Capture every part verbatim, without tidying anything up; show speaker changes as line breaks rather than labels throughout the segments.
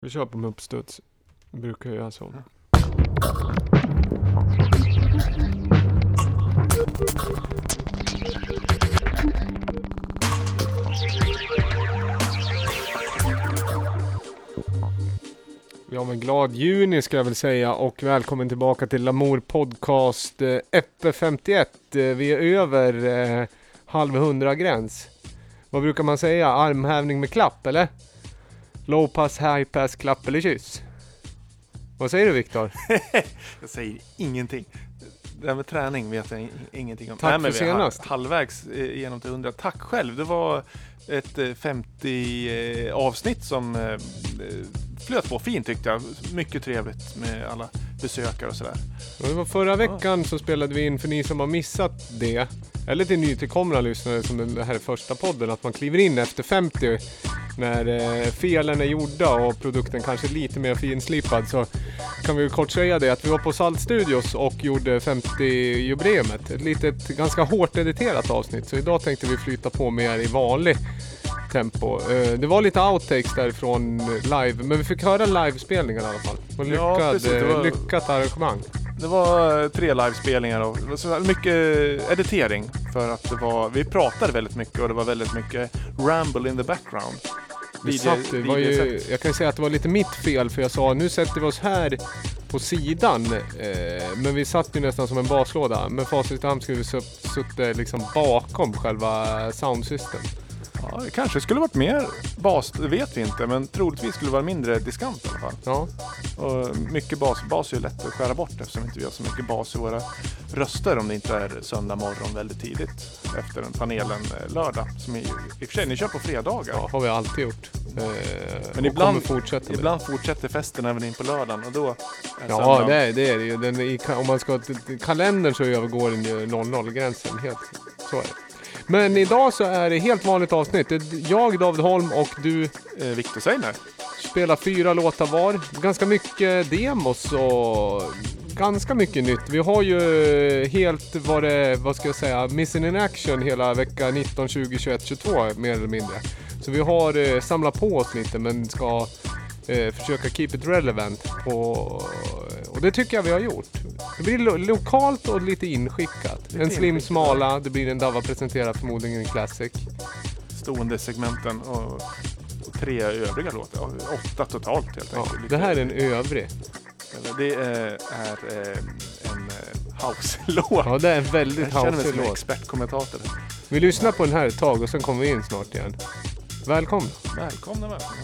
Vi kör på med uppstuds. Vi brukar göra så. Ja, men glad juni ska jag väl säga, och välkommen tillbaka till Lamour Podcast eh, F P femtioett. Eh, vi är över eh, halv hundra gräns. Vad brukar man säga? Armhävning med klapp, eller? Low pass, high pass, klapp eller kyss? Vad säger du, Viktor?
Jag säger ingenting. Det här med träning vet jag ingenting om.
Tack.
Nej, men
för
vi är
senast.
halvvägs igenom till hundra. Tack själv. Det var ett femtio avsnitt som flöt på fint, tyckte jag. Mycket trevligt med alla besökare och sådär.
Och det var förra veckan så spelade vi in, för ni som har missat det, eller till nytillkomna lyssnare som den här första podden, att man kliver in efter femtio när eh, felen är gjorda och produkten kanske är lite mer finslipad. Så kan vi ju kort säga det att vi var på Salt Studios och gjorde femtio-jubileumet. Ett litet ganska hårt editerat avsnitt, så idag tänkte vi flytta på mer i vanlig tempo. Eh, det var lite outtakes därifrån live, men vi fick höra livespelningar i alla fall. Och lyckad,
Ja, precis, det var...
lyckat arrangemang.
Det var tre livespelningar och det var så mycket editering för att det var, vi pratade väldigt mycket och det var väldigt mycket ramble in the background.
Vi
Video,
satt, det var ju, jag kan säga att det var lite mitt fel, för jag sa nu sätter vi oss här på sidan, eh, men vi satt ju nästan som en baslåda. Men facit i hand skulle vi suttit liksom bakom själva soundsystem.
Ja, det kanske skulle varit mer bas, det vet vi inte, men troligtvis skulle det vara mindre diskant i alla fall.
Ja.
Och mycket bas, bas är ju lätt att skära bort eftersom inte vi har så mycket bas i våra röster om det inte är söndag morgon väldigt tidigt efter en panelen lördag. Som i, i och för sig, ni kör på fredagar.
Ja, har vi alltid gjort. Eh,
men ibland,
fortsätta
ibland fortsätter festen även in på lördagen och då är
ja,
söndag...
det är det. Är det ju. Den, i, om man ska till kalendern så övergår den ju noll noll-gränsen helt. Så är det. Men idag så är det helt vanligt avsnitt. Jag, David Holm, och du,
eh, Viktor Seiner,
spelar fyra låtar var. Ganska mycket demos och ganska mycket nytt. Vi har ju helt vad det, vad ska jag säga, Missing in Action hela vecka nitton, tjugo, tjugoett, tjugotvå mer eller mindre. Så vi har eh, samlat på oss lite, men ska eh, försöka keep it relevant. Och, och det tycker jag vi har gjort. Det blir lo- lokalt och lite inskickat. Lite en slim inskickat. Smala, det blir en Dava presenterar förmodligen en classic.
Stående segmenten och, och tre övriga låtar. Åtta totalt helt enkelt.
Ja, det här är en övrig.
Det är, är en house-låt.
Ja, det är en väldigt house-låt.
Jag känner mig som expertkommentator.
Vi lyssnar på den här ett tag och sen kommer vi in snart igen. Välkomna.
Välkomna, välkomna.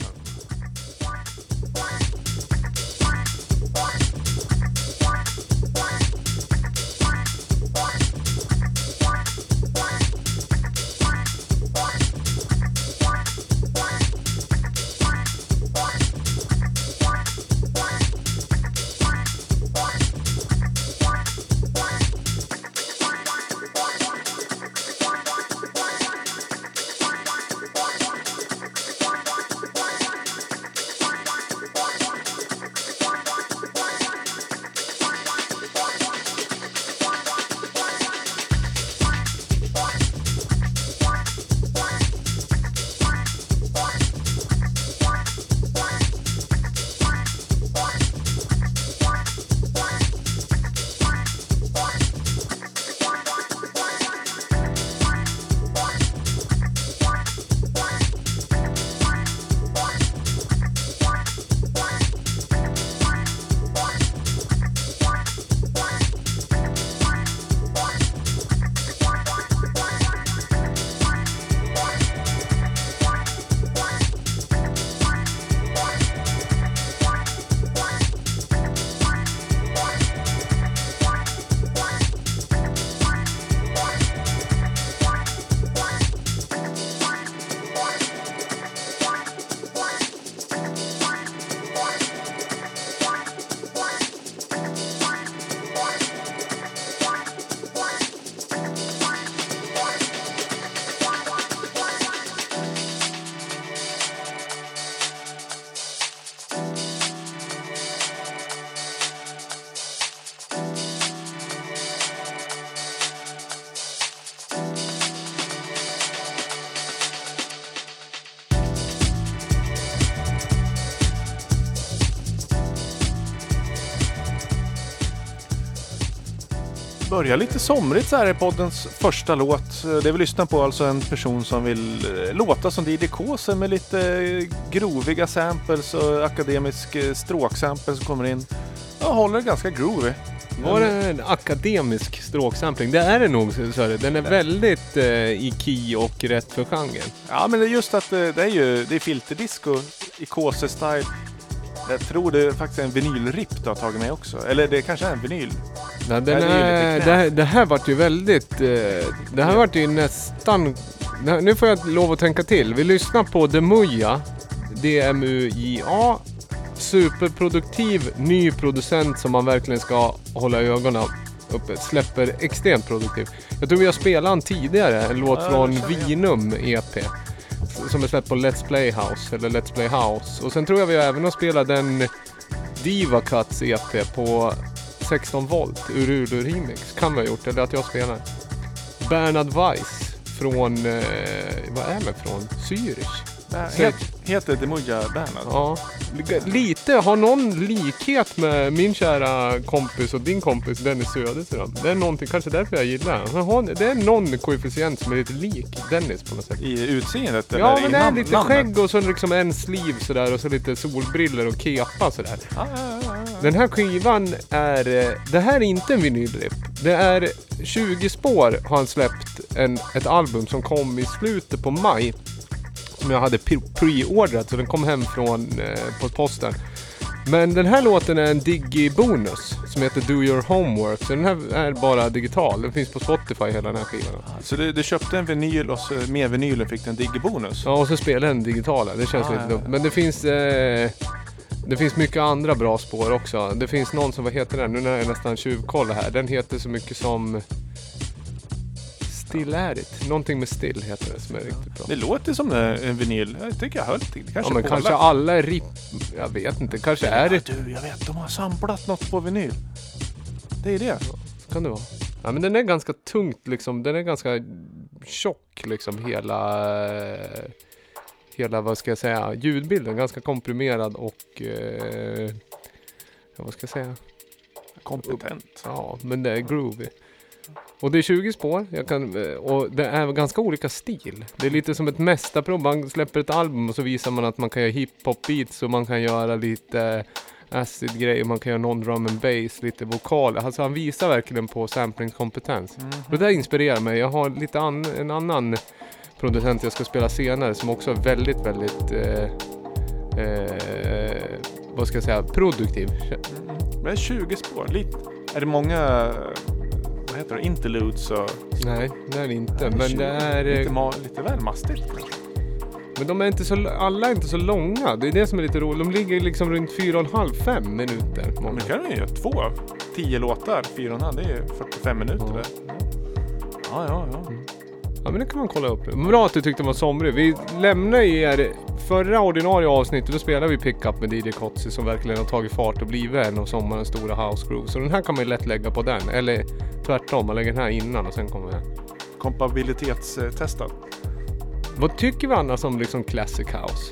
börja lite somrigt så här i poddens första låt. Det vi lyssnar på alltså en person som vill låta som D J Kåse med lite groviga samples och akademisk stråksamples som kommer in. Jag håller ganska groovy.
Var det en akademisk stråksampling? Det är det nog, så är det. Den är väldigt eh, i key och rätt för genren.
Ja, men det är just att det, det är ju det är filterdisco i Kåse-style. Jag tror det är faktiskt en vinylrip du har tagit med också. Eller det kanske är en vinyl.
Ja, den är, är, det, här, det här vart ju väldigt... Eh, det här vart ju nästan... Här, nu får jag lov att tänka till. Vi lyssnar på Demuja. D M U J A. Superproduktiv, ny producent som man verkligen ska hålla ögonen uppe. Släpper extremt produktiv. Jag tror vi har spelat en tidigare. En låt ja, från Vinum E P. Som är släppt på Let's Play House. Eller Let's Play House. Och sen tror jag vi även har spelat den Diva Cuts E P på sexton volt. Ururu Remix. Kan vi ha gjort. Eller att jag spelar. Bernhard Weiss. Från... Eh, vad är det från? Zürich.
Het, heter Demuja Bernhard?
Ja, lite. Har någon likhet med min kära kompis och din kompis Dennis Söderström. Det är någonting, kanske därför jag gillar. Det är någon koefficient som är lite lik Dennis på något sätt.
I utseendet? Eller
ja, men det är
nam-
lite
namnet.
Skägg och så liksom en sleeve sådär och så lite solbriller och kepa sådär.
Ah, ah, ah, ah.
Den här skivan är... Det här är inte en vinylrip. Det är tjugo spår har han släppt en, ett album som kom i slutet på maj. Som jag hade pre-ordrat, så den kom hem från eh, på posten. Men den här låten är en Digi-bonus som heter Do Your Homework. Så den här är bara digital. Den finns på Spotify hela den här skivan.
Så du, du köpte en vinyl och så med vinylen fick du en Digi-bonus?
Ja, och så spelar den digitala. Det känns ah, lite ja, dumt. Men det finns... Eh, det finns mycket andra bra spår också. Det finns någon som, vad heter den? Nu när jag nästan tjuvkollar här. Den heter så mycket som... Still är det. Någonting med still heter det som är riktigt bra.
Det låter som en vinyl. Jag tycker jag har hört det. Kanske
ja, men kanske alla är rip... Jag vet inte. Kanske ja, är det...
Du, jag vet. De har samplat något på vinyl. Det är det. Ja,
så kan det vara. Ja, men den är ganska tungt liksom. Den är ganska tjock liksom. Hela... Hela, vad ska jag säga? Ljudbilden. Ganska komprimerad och... Eh, vad ska jag säga?
Kompetent.
Ja, men det är groovy. Och det är tjugo spår. Jag kan, och det är ganska olika stil. Det är lite som ett mästarprov. Man släpper ett album och så visar man att man kan göra hiphop beats och man kan göra lite acid grejer. Man kan göra non-drum and bass, lite vokal. Alltså han visar verkligen på samplingskompetens. Mm. Och det där inspirerar mig. Jag har lite an, en annan producent jag ska spela senare som också är väldigt, väldigt eh, eh, vad ska jag säga, produktiv.
Mm. Men tjugo spår, lite. Är det många... Vad heter det? Interludes och...
Nej, det är det inte. Nej, men det är...
Lite, ma- lite väl mastigt.
Men de är inte så... Alla är inte så långa. Det är det som är lite roligt. De ligger liksom runt fyra och en halv, fem minuter.
Många. Men kan du ju två av tio låtar. Fyra och en halv, det är ju fyrtiofem minuter. Ja, ja, ja. ja.
Mm. Ja, men det kan man kolla upp. Bra att du tyckte det var somrig. Vi lämnar ju er förra ordinarie avsnittet. Då spelar vi Pickup med D J Kotzi som verkligen har tagit fart och blivit en av sommarens stora house groove. Så den här kan man ju lätt lägga på den. Eller tvärtom, man lägger den här innan och sen kommer den.
Kompabilitetstestad.
Vad tycker vi annars om liksom classic house?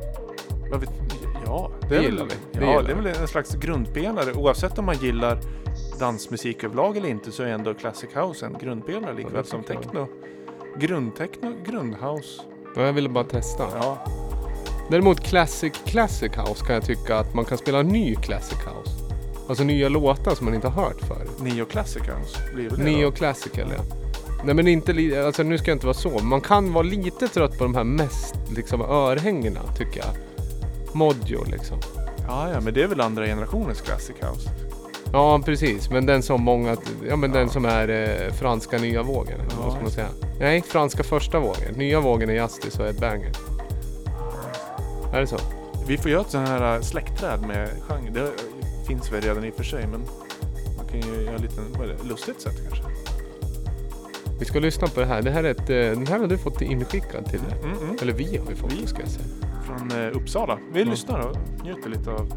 Ja,
det, det gillar vi.
Det, ja, gillar det är väl en slags grundpelare. Oavsett om man gillar dansmusik överlag eller inte så är ändå classic house en grundpelare likväl ja, som techno. Grundtechno, grundhouse.
Ja, jag ville bara testa.
Ja.
Däremot classic classic house kan jag tycka att man kan spela ny classic house. Alltså nya låtar som man inte har hört förut.
Neo classic house blir det
Neo classic eller ja. Nej men inte li- alltså nu ska jag inte vara så. Man kan vara lite trött på de här mest liksom örhängena tycker jag. Mojo liksom.
Ja ja, men det är väl andra generationens classic house.
Ja, precis. Men den som många... Ja, men ja. Den som är eh, franska nya vågen. Ja, vad ska man säga? Nej, franska första vågen. Nya vågen är Justice och Ed Banger. Är det så?
Vi får göra ett sån här släktträd med genre. Det finns väl redan i och för sig, men man kan ju göra lite på ett lustigt sätt kanske.
Vi ska lyssna på det här. Det här är ett... Den här har du fått inskickad till det. Mm, mm. Eller vi har vi fått
vi.
det, ska jag säga.
Från eh, Uppsala. Vi mm. lyssnar och njuter lite av...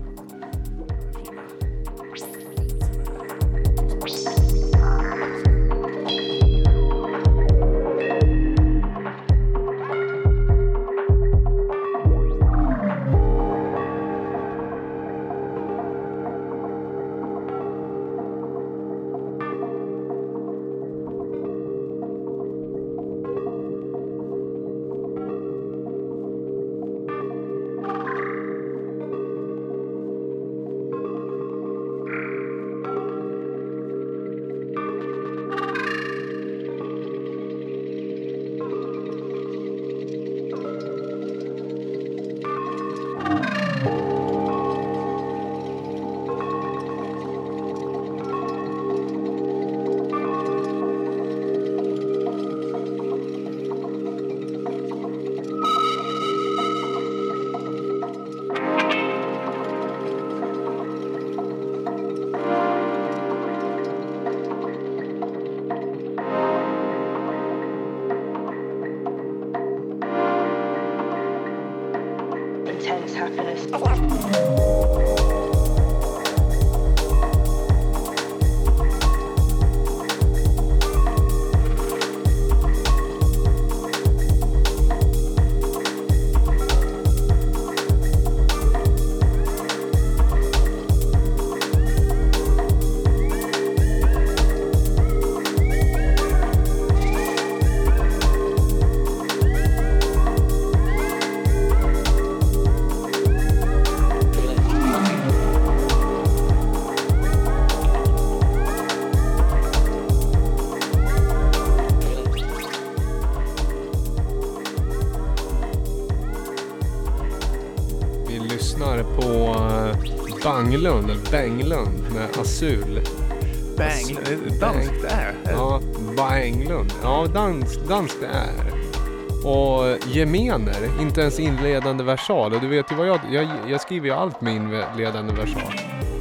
Banglund eller Benglund med Azul.
Banglund, det är danskt det är.
Ja, Banglund. Ja, dans, dans det är. Och gemener, inte ens inledande versal. Och du vet ju vad jag, jag, jag skriver ju allt med inledande versal.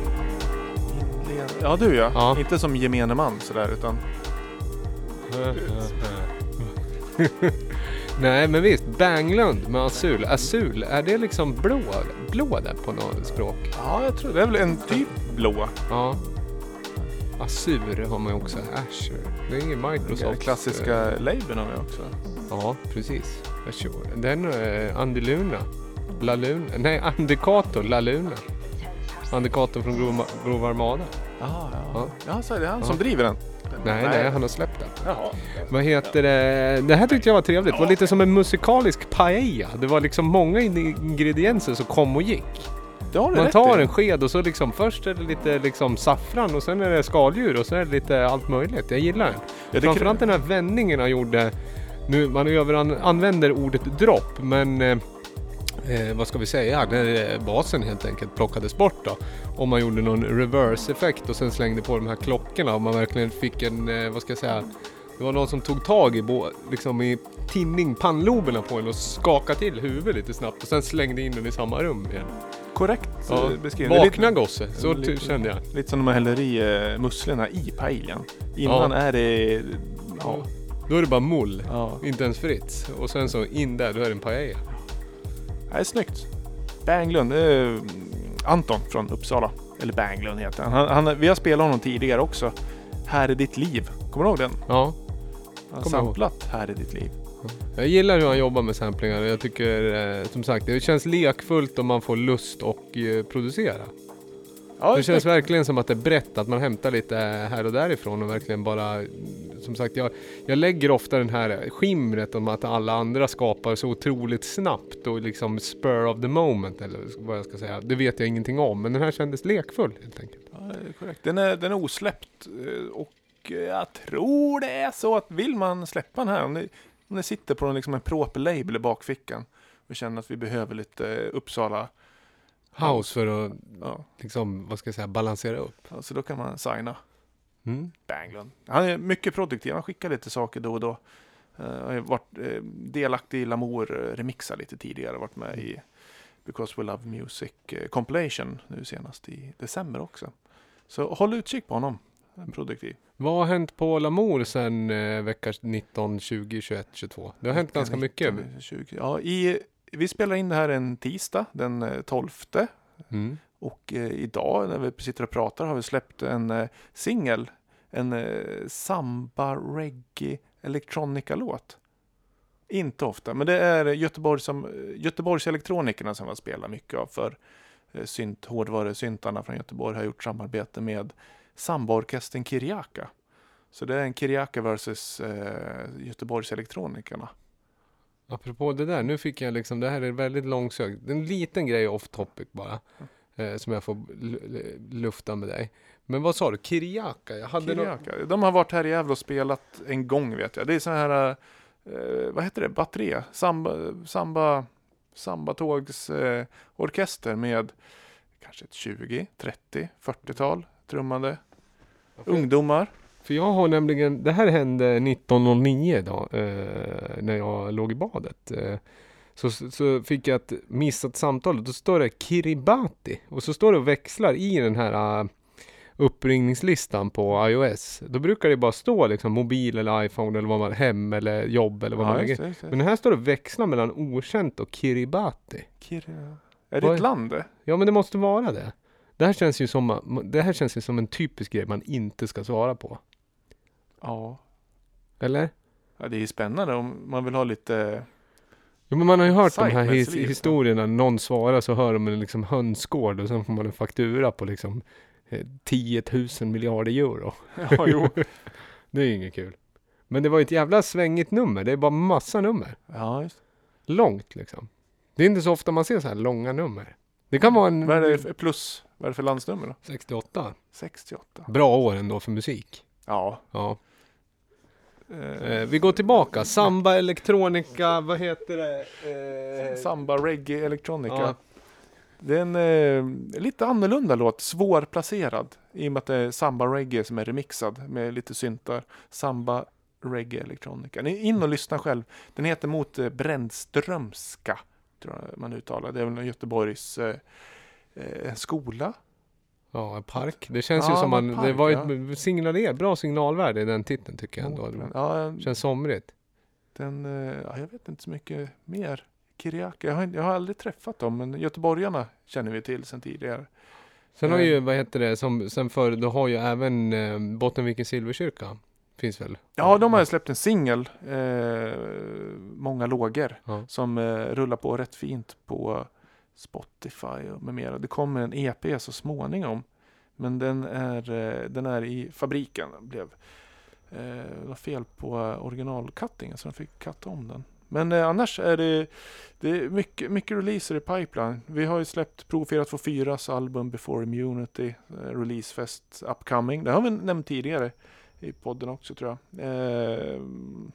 Ja, du ja.
Ja.
Inte som gemene man sådär, utan...
Nej, men visst, Banglund med Azul. Azul, är det liksom blå, blå där på något språk?
Ja, jag tror det är väl en typ blå.
Ja. Azur har man ju också. Azure. Det är ingen Microsoft.
Den klassiska labeln har vi också.
Ja, precis. Azure. Den är Andiluna. La Luna. Nej, Andikator. La Luna. Andikator från Grov, Grov Armada.
Aha, ja,
Ja.
ja. Så är det han
Ja.
som driver den.
Nej, nej, han har släppt den.
Jaha.
Vad heter det? Det här tyckte jag var trevligt. Det var lite som en musikalisk paella. Det var liksom många ingredienser som kom och gick.
Det har du
Man
rätt
tar
i.
en sked och så liksom först är det lite liksom saffran och sen är det skaldjur och så är det lite allt möjligt. Jag gillar den.
Ja, det
Framförallt
krä-
den här vändningen han gjorde. Nu, man överan- använder ordet dropp, men eh, eh, vad ska vi säga? När basen helt enkelt plockades bort då. Och man gjorde någon reverse-effekt och sen slängde på de här klockorna och man verkligen fick en, eh, vad ska jag säga? Det var någon som tog tag i, bo- liksom i tinning, pannloberna på en och skakade till huvudet lite snabbt och sen slängde in den i samma rum igen.
Korrekt
Ja.
beskrivet.
Vakna gosse, så
lite-
ty- kände jag.
Lite som när man häller i eh, musslorna i paellan. Innan
Ja.
är det... Ja.
Då är det bara mull,
Ja.
inte ens Fritz. Och sen så in där, då är det en paella.
Det är snyggt. Banglund, det är Anton från Uppsala. Eller Banglund heter han. han, han vi har spelat honom tidigare också. Här är ditt liv. Kommer du ihåg den?
Ja,
Han har
Kommer jag ihåg.
samplat Här är ditt liv.
jag gillar hur han jobbar med samplingar. Jag tycker, eh, som sagt, det känns lekfullt om man får lust och eh, producera.
Ja,
Det känns verkligen som att det är brett, att man hämtar lite här och därifrån och verkligen bara, som sagt, jag, jag lägger ofta den här skimret om att alla andra skapar så otroligt snabbt och liksom spur of the moment, eller vad jag ska säga. Det vet jag ingenting om, men den här kändes lekfull helt enkelt.
Ja, det är korrekt. Den är, den är osläppt eh, och eh, jag tror det är så att vill man släppa den här, om ni, om ni sitter på en, liksom en proper label i bakfickan och känner att vi behöver lite eh, Uppsala
House för att,
ja,
liksom, vad ska jag säga, balansera upp.
alltså då kan man signa
Mm.
Banglund. Han är mycket produktiv, han skickar lite saker då och då. Uh, har ju varit uh, delaktig i Lamour uh, remixar lite tidigare, varit med i Because We Love Music uh, compilation nu senast i december också. Så håll utkik på honom, produktiv.
Vad har hänt på Lamour sen eh, vecka nitton, tjugo, tjugoett, tjugotvå? Det har hänt ganska mycket.
nitton, tjugo, ja, i, vi spelar in det här en tisdag, den eh, tolfte.
Mm.
Och eh, idag när vi sitter och pratar har vi släppt en eh, singel. En eh, samba, reggae, elektronika-låt. Inte ofta, men det är Göteborg som, Göteborgs elektronikerna som jag spelar mycket av för eh, synt, hårdvarusyntarna från Göteborg har gjort samarbete med sambaorkestern Kiriaka. Så det är en Kiriaka versus eh, Göteborgs elektronikerna.
Apropå det där, nu fick jag liksom, det här är väldigt långsökt. En liten grej off topic bara. Eh, som jag får l- l- lufta med dig. Men vad sa du? Kiriaka? Jag hade nå-
Kiriaka. De har varit här i Gävle och spelat en gång vet jag. Det är så här, eh, vad heter det? Batteri. Samba, samba, sambatågs eh, orkester med kanske ett tjugo, trettio, fyrtiotal trummande ungdomar.
För jag har nämligen, det här hände nitton noll nio då, eh, när jag låg i badet. Eh, så, så fick jag ett missat samtal. Då står det Kiribati. Och så står det och växlar i den här uh, uppringningslistan på iOS. Då brukar det bara stå liksom mobil eller iPhone eller vad man, hem eller jobb eller vad man
Ja,
lägger.
just det, just det.
Men här står det växla mellan okänt och Kiribati.
Kir- är det
Vad
ett
är-
land det?
Ja, men det måste vara det. Det här känns ju som, det här känns ju som en typisk grej man inte ska svara på.
Ja.
Eller?
Ja, det är spännande om man vill ha lite...
Jo, men man har ju hört de här
Sight
his-
med
historierna. Någon svarar så hör de en liksom hönsgård och sen får man en faktura på liksom eh, tio tusen miljarder euro.
Ja, jo.
Det är ju inget kul. Men det var ju ett jävla svängigt nummer. Det är bara massa nummer.
Ja, just.
Långt liksom. Det är inte så ofta man ser så här långa nummer. Det kan vara en
Vad är det för plus? Vad är det för landsnummer då?
sextioåtta.
sextioåtta.
Bra år ändå för musik.
Ja.
Ja.
Eh,
Eh, vi går tillbaka. Samba, elektronika, vad heter det? Eh,
Samba, reggae, elektronika.
ja.
Det är en eh, lite annorlunda låt, svårplacerad. I och med att det är samba reggae som är remixad med lite syntar. Samba reggae electronica. Ni in och lyssna själv. Den heter Mot eh, Brännströmska, tror jag man uttalar. Det är väl en Göteborgs eh, eh, skola.
Ja, en park. Det känns
ja,
ju som man,
park,
det var
ja.
ett signal, bra signalvärde i den titeln tycker jag ändå.
Ja,
känns somrigt.
Den, ja, jag vet inte så mycket mer. Kiriaka, jag har, jag har aldrig träffat dem, men göteborgarna känner vi till sedan tidigare.
Sen har ju, vad heter det, som, sen för, då har ju även eh, Bottenviken Silverkyrka, finns väl?
Ja, de har ju släppt en singel, eh, Många lågor,
ja.
som eh, rullar på rätt fint på Spotify och med mera. Det kommer en E P så småningom, men den är, eh, den är i fabriken. Det blev eh, var fel på originalcuttingen så de fick katta om den. Men eh, annars är det, det är mycket, mycket releaser i pipeline. Vi har ju släppt Prov fyra två fyras album Before Immunity, eh, releasefest upcoming. Det har vi nämnt tidigare i podden också, tror jag. Eh,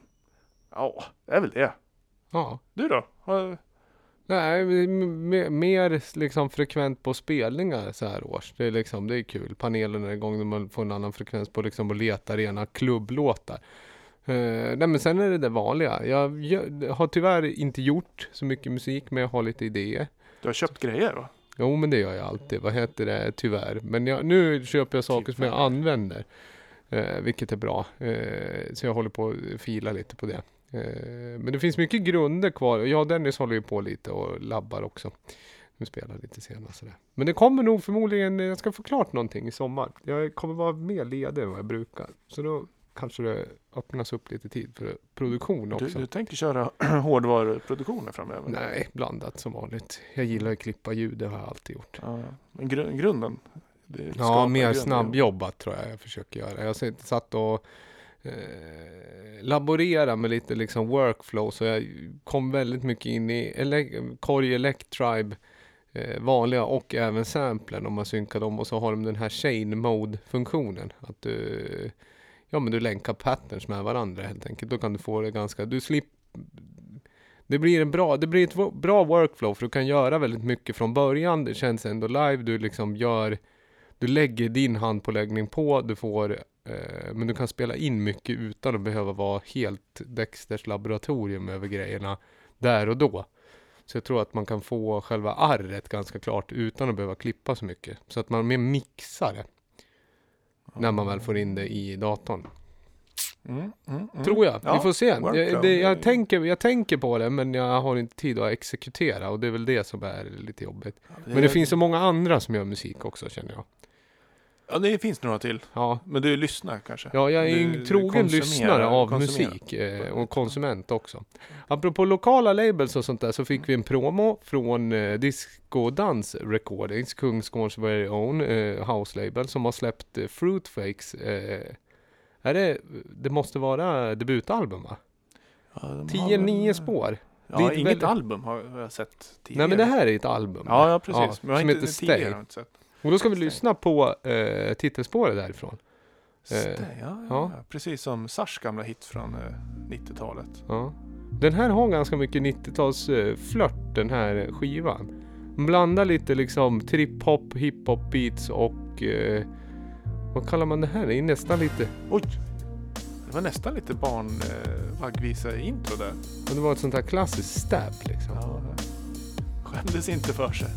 ja, det är väl det.
Ja.
Du då? Har...
Nej, m- mer liksom frekvent på spelningar så här års. Det är liksom, det är kul. Panelen är igång när man får en annan frekvens på liksom att leta rena klubblåtar. Uh, nej men sen är det det vanliga. Jag, jag har tyvärr inte gjort så mycket musik, men jag har lite idéer.
Du har köpt grejer va?
Jo, men det gör jag alltid. Vad heter det? Tyvärr. Men jag, nu köper jag saker tyvärr. som jag använder. Uh, vilket är bra. Uh, så jag håller på att fila lite på det. Uh, men det finns mycket grunder kvar. Jag och Dennis håller ju på lite och labbar också. Nu spelar lite senare sådär. Men det kommer nog förmodligen, jag ska få klart någonting i sommar. Jag kommer vara mer ledig än vad jag brukar. Så då kanske det öppnas upp lite tid för produktion också.
Du, du tänker köra hårdvaruproduktioner framöver?
Nej, blandat som vanligt. Jag gillar att klippa ljud, det har jag alltid gjort.
Ja, men gr- grunden? Det
ja, mer
grunden.
snabbjobbat tror jag jag försöker göra. Jag har satt och eh, laborera med lite liksom workflow, så jag kom väldigt mycket in i ele- Korg Electribe, eh, vanliga och även samplen om man synkar dem, och så har de den här chain mode-funktionen. Att du Ja, men du länkar patterns med varandra helt enkelt. Då kan du få det ganska... Du slipper... Det blir en bra... Det blir ett bra workflow, för du kan göra väldigt mycket från början. Det känns ändå live. Du liksom gör... Du lägger din handpåläggning på. Du får... Eh, men du kan spela in mycket utan att behöva vara helt Dexters laboratorium över grejerna där och då. Så jag tror att man kan få själva arret ganska klart utan att behöva klippa så mycket. Så att man mer mixar det. När man väl får in det i datorn. Mm, mm, mm. Tror jag. Ja, vi får se. Jag, det, jag, tänker, jag tänker på det, men jag har inte tid att exekutera. Och det är väl det som är lite jobbigt. Ja, det men det är... finns så många andra som gör musik också, känner jag.
Ja, det finns några till.
Ja.
Men du lyssnar kanske?
Ja, jag är en trogen lyssnare av musik eh, och konsument också. Apropå lokala labels och sånt där, så fick vi en promo från eh, Disco Dance Recordings, Kungsgårdens very own eh, house label, som har släppt eh, Fruitfakes. Eh, är det, det måste vara debutalbum, va?
Ja,
tio nio spår.
Ja, det är inget väldigt... album har jag sett tidigare.
Nej, men det här är ett album.
Ja, ja precis.
Ja,
men jag
som
inte,
heter Stay.
Har inte sett.
Och då ska vi lyssna på eh, titelspåret därifrån.
Stay, ja, ja, ja. Precis som Sars gamla hit från eh, nittiotalet.
Ja. Den här har ganska mycket nittio-tals eh, flört, den här skivan. Blandar lite liksom trip-hop, hip-hop beats och eh, vad kallar man det här? Det är nästan lite...
Oj! Det var nästan lite barnvaggvisa eh, intro där.
Och det var ett sånt här klassiskt stab liksom.
Ja, skämdes inte för sig.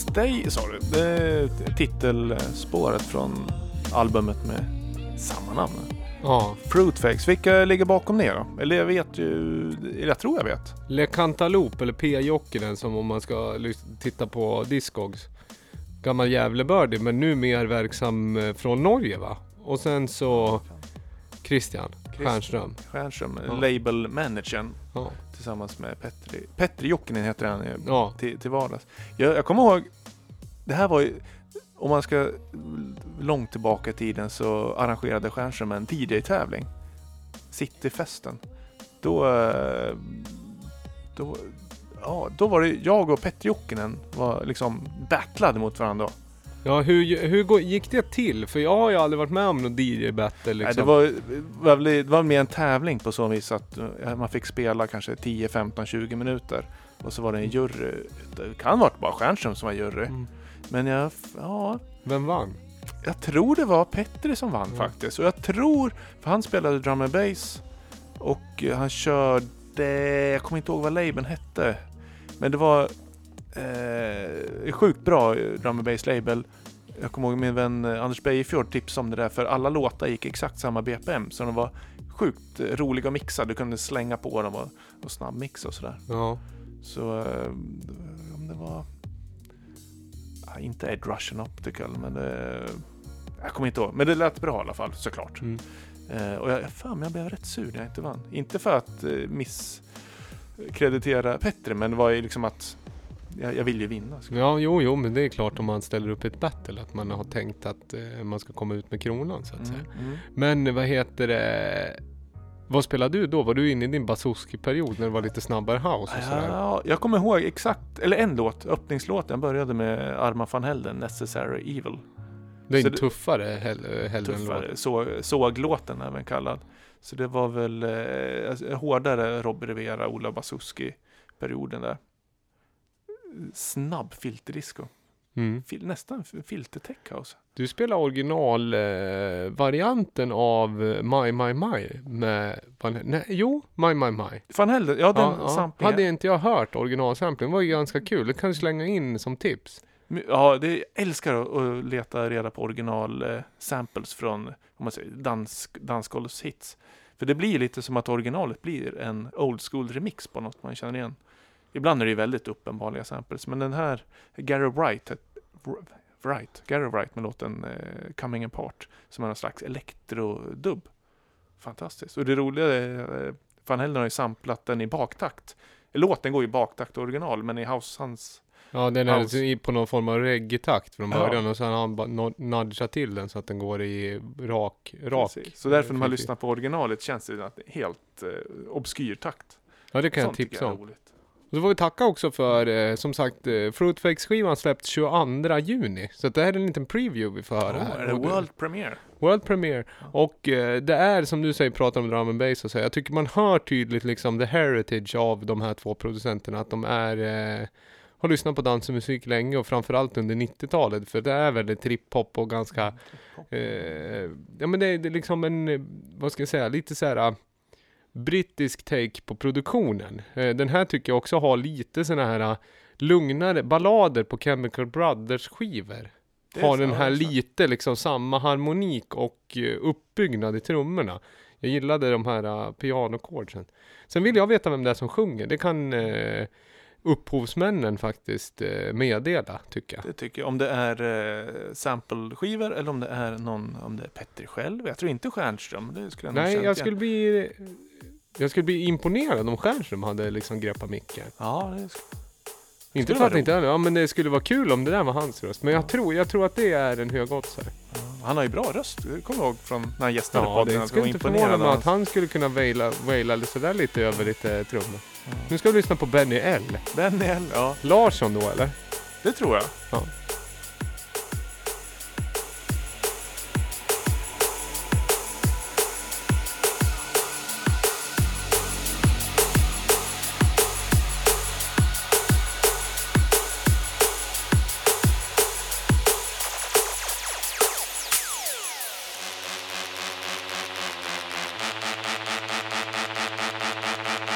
Stay, sa du. Det är titelspåret från albumet med samma namn.
Ja.
Fruitfakes. Vilka ligger bakom det då? Eller jag vet ju... Eller jag tror jag vet.
Le Cantaloupe eller P. Jokinen, som om man ska lys- titta på Discogs. Gammal jävlebördig, men nu mer verksam från Norge, va? Och sen så Christian Stjernström.
Stjernström,
Ja.
label-managern.
Ja.
Tillsammans med Petri. Petri Jokinen heter han
Ja.
till, till vardags. Jag, jag kommer ihåg, det här var ju, om man ska långt tillbaka i tiden så arrangerade Stjernström en D J-tävling. Cityfesten. Då, eh, då, ja, då var det jag och Petri Jokinen var liksom battlade mot varandra.
Ja, hur, hur går- gick det till? För jag har ju aldrig varit med om någon D J-battle liksom.
Nej, det var, var, väl- det var mer en tävling på så vis att eh, man fick spela kanske tio, femton, tjugo minuter. Och så var det en jury. Det kan vara bara Stjernström som var jury.
Mm.
Men jag, ja,
Vem vann?
jag tror det var Petri som vann
Mm.
faktiskt. Och jag tror, för han spelade drum and bass. Och eh, han körde, jag kommer inte ihåg vad labeln hette. Men det var eh, sjukt bra drum and bass label. Jag kommer ihåg min vän eh, Anders Bejefjord tipsade om det där. För alla låtar gick exakt samma B P M. Så de var sjukt eh, roliga att mixa. Du kunde slänga på dem och, och snabbmixa och sådär.
Ja.
Så eh, om det var... Ja, inte Ed Russian Optical, men det... Jag kommer inte ihåg. Men det lät bra i alla fall, såklart.
Mm.
Eh, och jag, fan, men jag blev rätt sur när jag inte vann. Inte för att eh, misskreditera Petri, men det var ju liksom att jag, jag vill ju vinna. Så.
Ja, jo, jo, men det är klart om man ställer upp ett battle att man har tänkt att eh, man ska komma ut med kronan, så att säga.
Mm, mm.
Men vad heter det? Vad spelade du då? Var du inne i din Bazooski-period när det var lite snabbare house och sådär?
Ja, jag kommer ihåg exakt, eller en låt, öppningslåten började med Armand van Helden, Necessary Evil.
Det är
Så
en
det-
tuffare hell- hellre än låt.
Tuffare, så, såglåten även kallad. Så det var väl eh, alltså, hårdare Robbie Rivera, Ola Bazooski-perioden där. Snabb filterdisco.
Mm.
Fil, nästan filter-tech house.
Du spelar originalvarianten eh, varianten av eh, My My My med, nej, jo, My My My.
Van Helden, ja den
Ja, ja.
samplingen.
Hade inte jag hört originalsamplingen, det var ju ganska kul. Det kan du slänga in som tips.
Ja, det, jag älskar att, att leta reda på original eh, samples från om man säger, dansk, dansgolvshits. För det blir lite som att originalet blir en old school remix på något man känner igen. Ibland är det ju väldigt uppenbarliga samples, men den här Gary Wright, Wright Gary Wright med låten eh, Coming Apart som är en slags elektro-dubb. Fantastiskt. Och det roliga är eh, Van Helden har ju samplat den i baktakt. Låten går i baktakt original, men i house hans
Ja, den
House.
är i- på någon form av reggae-takt från
Ja.
början och sen har han bara no- nudgat till den så att den går i rak, rak.
Precis. Så därför när man
Precis.
lyssnar på originalet känns det att det är helt eh, obskyr takt.
Ja, det kan jag
Sånt tycker
tipsa
jag är
om.
roligt.
Och så får vi tacka också för, eh, som sagt, eh, Fruitfakes-skivan släppt tjugoandra juni. Så att det här är en liten preview vi får höra
Oh,
här.
är det
Och det-
World Premiere?
World Premiere. Och eh, det är som du säger, pratar om drum and bass och så. Jag tycker man hör tydligt liksom the heritage av de här två producenterna. Att de är, eh, har lyssnat på dans och musik länge och framförallt under nittiotalet. För det är väldigt trip-hop och ganska, eh, ja men det är, det är liksom en, eh, vad ska jag säga, lite så här eh, brittisk take på produktionen. Eh, den här tycker jag också har lite såna här eh, lugnare ballader på Chemical Brothers skivor.
Det är
Har
så,
den här
ja, så.
lite liksom samma harmonik och uh, uppbyggnad i trummorna. Jag gillade de här uh, pianokordsen. Sen vill jag veta vem det är som sjunger. Det kan uh, upphovsmännen faktiskt uh, meddela, tycker jag.
Det tycker jag. Om det är eh, sample-skivor eller om det är någon, om det är Petri själv. Jag tror inte Stjernström. Det skulle jag nog
Nej,
känt
jag
igen.
skulle bli jag skulle bli imponerad om Stjernström hade liksom greppat micken.
Ja, det sk-
Inte
skulle
för att
vara
inte, ja men det skulle vara kul om det där var hans röst. Men jag tror, jag tror att det är en högoddsare.
han har ju bra röst. Det kommer jag ihåg från när han gästade
Ja,
podden.
det
att
skulle
jag var
inte
imponerad
förvåna mig
av
att
hans-
han skulle kunna waila, waila eller sådär lite över lite trummor. Nu ska vi lyssna på Benny L.
Benny L, ja.
Larsson då, eller?
Det tror jag.
Ja.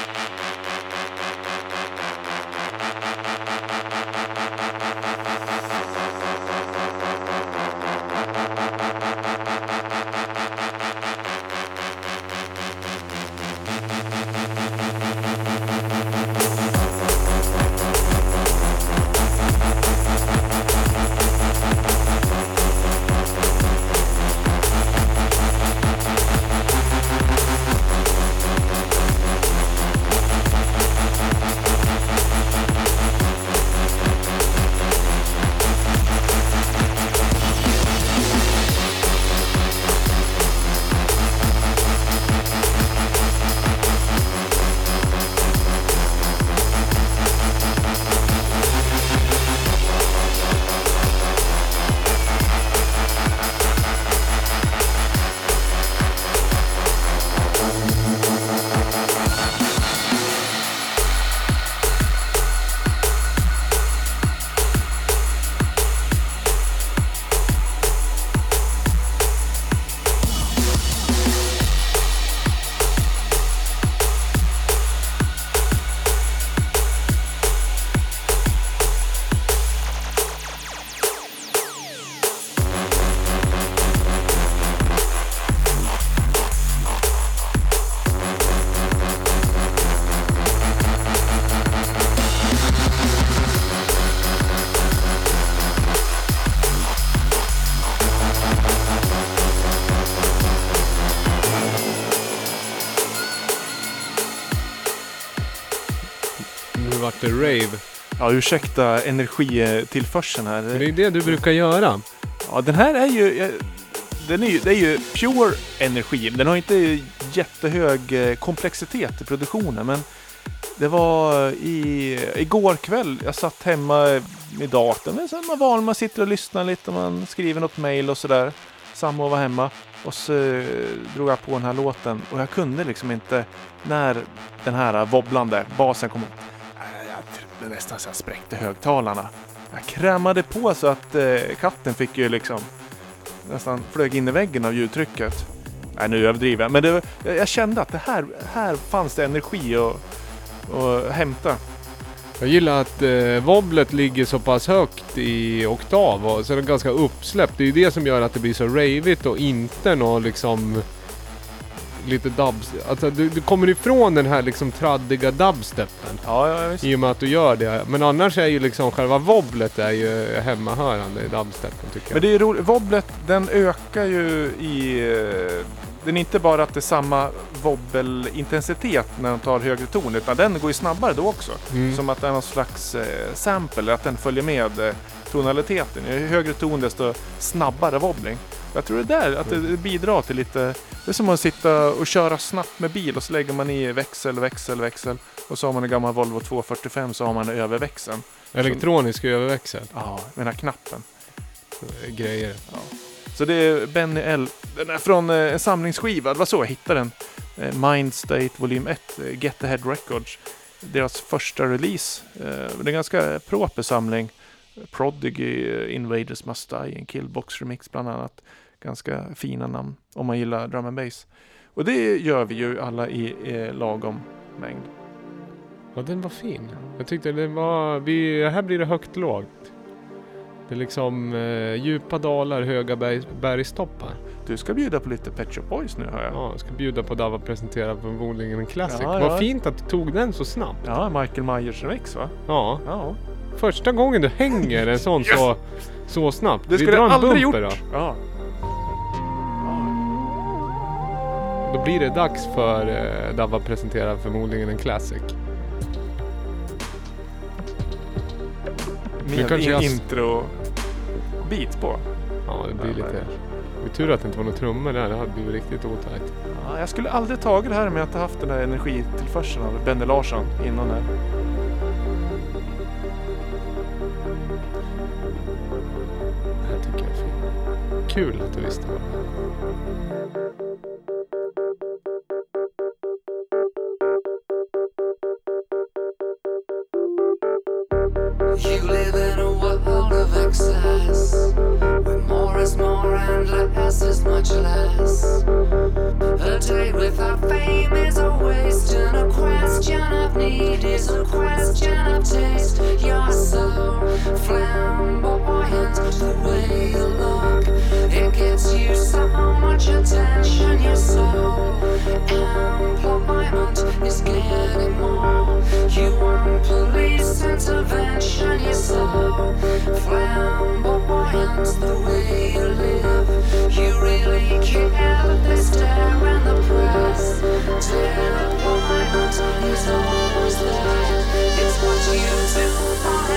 Thank
efter rave.
Ja, ursäkta energitillförseln här.
Det är det du brukar göra.
Ja, den här är ju... Den är ju, det är ju pure energi. Den har inte jättehög komplexitet i produktionen, men det var i, igår kväll, jag satt hemma i datorn, men sen man van, man sitter och lyssnar lite, man skriver något mejl och sådär. Samma var hemma och så drog jag på den här låten och jag kunde liksom inte, när den här wobblande basen kom upp, jag trodde nästan så jag spräckte högtalarna. Jag krämade på så att eh, katten fick ju liksom nästan flög in i väggen av ljudtrycket. Nej, nu överdriver jag. Men det, jag kände att det här, här fanns det energi att, att hämta.
Jag gillar att eh, wobblet ligger så pass högt i oktav och så är det ganska uppsläppt. Det är ju det som gör att det blir så ravigt och inte något liksom lite dubs. Alltså du, du kommer ifrån den här liksom traddiga dubsteppen.
Ja, ja, visst.
I och med att du gör det. Men annars är ju liksom själva wobblet är ju hemmahörande i dubsteppen, tycker jag.
Men det är roligt. Wobblet, den ökar ju i... Den är inte bara att det är samma wobbelintensitet när den tar högre ton, utan den går ju snabbare då också. Mm. Som att det är någon slags eh, sample, att den följer med eh, tonaliteten. Ju högre ton desto snabbare wobbling. Jag tror det där, att det bidrar till lite... Det är som att sitta och köra snabbt med bil och så lägger man i växel, växel, växel. Och så har man en gammal Volvo tvåhundrafyrtiofem, så har man överväxeln.
Elektronisk så, överväxel?
Ja, med den här knappen.
Grejer.
Ja. Så det är Benny L. Den är från eh, en samlingsskiva. Det var så jag hittade den. Eh, Mind State Volume ett, eh, Get Ahead Records. Deras första release. Eh, det är en ganska proper samling. Prodigy, uh, Invaders Must Die, en Killbox remix bland annat. Ganska fina namn om man gillar drum and bass. Och det gör vi ju alla i eh, lagom mängd.
Ja, den var fin. Jag tyckte det var... Vi, här blir det högt lågt. Det är liksom eh, djupa dalar, höga berg, bergstoppar.
Du ska bjuda på lite Pet Shop Boys nu, hör jag.
Ja, jag ska bjuda på Dava presentera förmodligen en classic.
Ja,
Vad
ja.
fint att du tog den så snabbt.
Ja, Michael Myers remix, va?
Ja.
Ja.
Första gången du hänger en sån yes! så, så snabbt.
Det skulle jag aldrig gjort. Då.
Ja. Då blir det dags för eh, Dava presentera förmodligen en classic.
Med en jag... intro-bit på.
Ja, det blir ja, lite... Det är tur att det inte var några trummor där. Det hade blivit riktigt otajt.
Ja, jag skulle aldrig tagit det här med att ha haft den här energitillförseln av Benny Larsson innan det.
Det här tycker jag är fint. Kul att du visste vad det här.
You live in a world of excess, where more is more and less is much less. A day without fame is a waste, and a question of need is a question of taste. You're so flamboyant, the way you look, it gets you so much attention. You're so employment is getting more. You want police intervention. You're so flamboyant, the way you live. You really care that they stare in the press. Deployment is always there. It's what you do for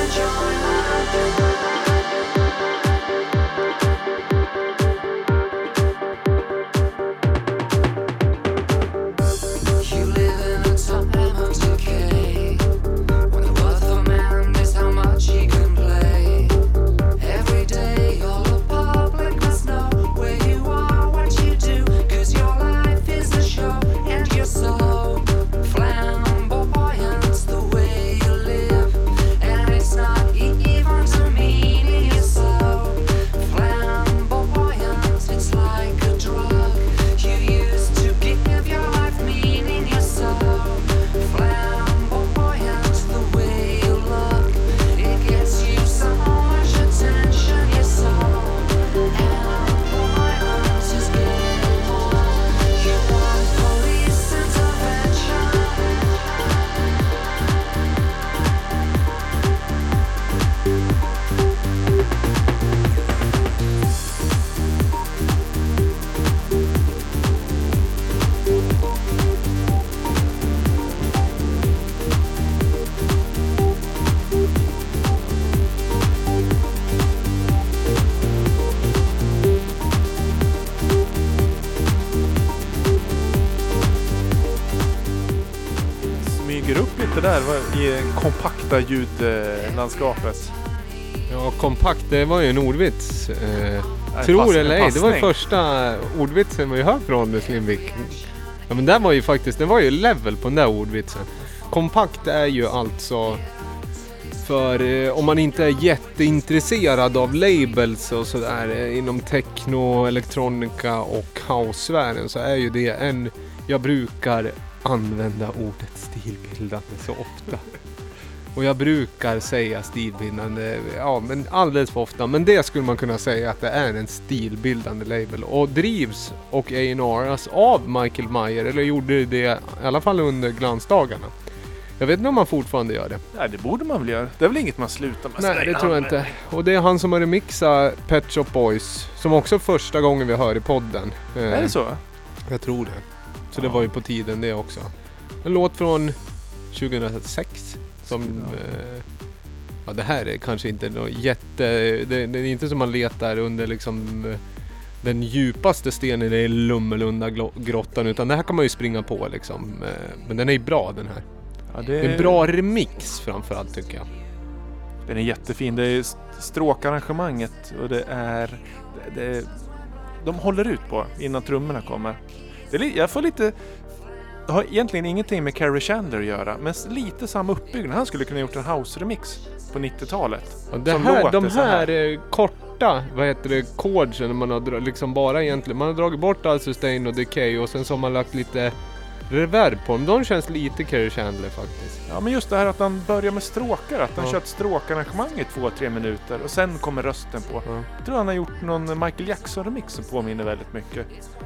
där var i kompakta ljudlandskapet.
Ja, kompakt, det var ju en ordvits. Eh,
En
tror
pass-
eller
en
ej, det var ju
passning.
första ordvitsen vi hör från Slimvik. Ja, men det var ju faktiskt, det var ju level på den där ordvitsen. Kompakt är ju alltså för eh, om man inte är jätteintresserad av labels och sådär eh, inom techno, elektronika och house-sfären, så är ju det en, jag brukar använda ordet stilbildande så ofta. Och jag brukar säga stilbildande, ja men alldeles för ofta. Men det skulle man kunna säga att det är en stilbildande label. Och drivs och A and R:as av Michael Mayer, eller gjorde det i alla fall under glansdagarna. Jag vet inte om man fortfarande gör det.
Nej, det borde man väl göra. Det är väl inget man slutar med.
Nej, det tror jag inte. Och det är han som har remixat Pet Shop Boys, som också första gången vi hör i podden.
Är det så?
Jag tror det. Så
Ja.
det var ju på tiden det också. En låt från tjugohundrasex. Som, eh, ja, det här är kanske inte något jätte... Det, det är inte som man letar under liksom eh, den djupaste stenen i Lummelunda glo- grottan, utan det här kan man ju springa på liksom. Eh, men den är ju bra den här.
Ja,
Det är en bra remix framförallt tycker jag.
Den är jättefin. Det är stråkarrangemanget och det är... Det, det, de håller ut på innan trummorna kommer. Det är, li- jag får lite... Det har egentligen ingenting med Carrie Chandler att göra, men lite samma uppbyggnad. Han skulle kunna gjort en house-remix på nittiotalet.
Ja, det
som
här,
låter
de
så här.
här, eh, korta, vad heter det, chordsen man har dra- liksom bara egentligen, man har dragit bort all sustain och decay och sen så har man lagt lite reverb på dem. De känns lite Carrie Chandler faktiskt.
Ja, men just det här att han börjar med stråkar, att han
Ja.
kör ett stråkarrangemang i två, tre minuter och sen kommer rösten på.
Ja.
Jag tror han har gjort någon Michael Jackson-remix som påminner väldigt mycket.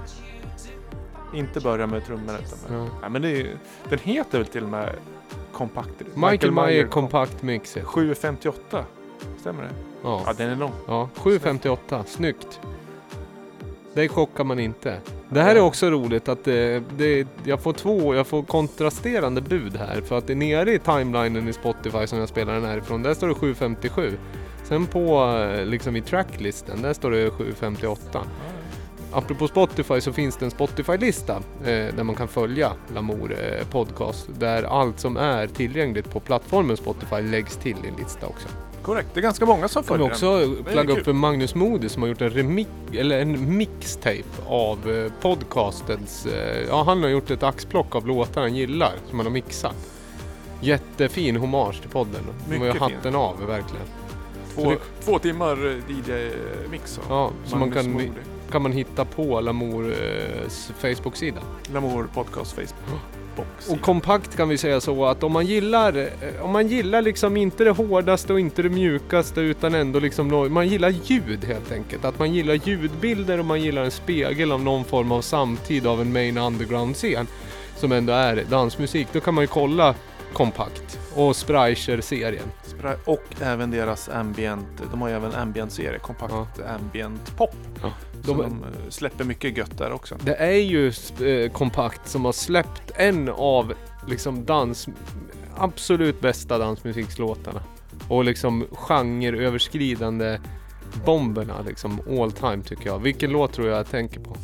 Inte börja med trummorna utan med.
Ja.
Ja, men det är, ju- den heter väl till och med kompakt.
Michael Mayer Compact Mixer.
sju femtioåtta. Stämmer det? Ja,
Ja,
den är lång.
ja sju femtioåtta. Snyggt. Det chockar man inte. Det här är också roligt att det, det, jag får två, jag får kontrasterande bud här. För att det är nere i timelinen i Spotify som jag spelar den här ifrån, där står det sju femtiosju. Sen på eh, liksom i tracklisten, där står det sju femtioåtta. Apropå Spotify så finns det en Spotify-lista eh, där man kan följa Lamour eh, podcast. Där allt som är tillgängligt på plattformen Spotify läggs till i en lista också.
Korrekt, det är ganska många som
Kan vi
följer den.
också plugga upp
kul.
för Magnus Moody som har gjort en remix eller en mixtape av eh, podcastens. Eh, ja, han har gjort ett axplock av låtar han gillar som han har mixat. Jättefin hommage till podden. De har ju
Mycket
hatten av verkligen.
Två,
Så det-
två timmar D J-mix av
Ja, så man
Magnus
kan,
Moody.
kan man hitta på Lamours Facebook-sida.
Lamour podcast Facebook. Box.
Och kompakt kan vi säga så att om man gillar eh, om man gillar liksom inte det hårdaste och inte det mjukaste utan ändå liksom nå- man gillar ljud helt enkelt, att man gillar ljudbilder och man gillar en spegel av någon form av samtid av en main underground-scen som ändå är dansmusik, då kan man ju kolla kompakt och Sprecher-serien.
Spra- Och även deras ambient, de har ju även ambient-serie, kompakt ambient pop.
Ja.
Så
De-
de, eh, släpper mycket gött där också.
Det är ju eh, kompakt som har släppt en av liksom dans absolut bästa dansmusikslåtarna och liksom genreöverskridande bomberna liksom all time tycker jag. Vilken låt tror jag jag tänker på?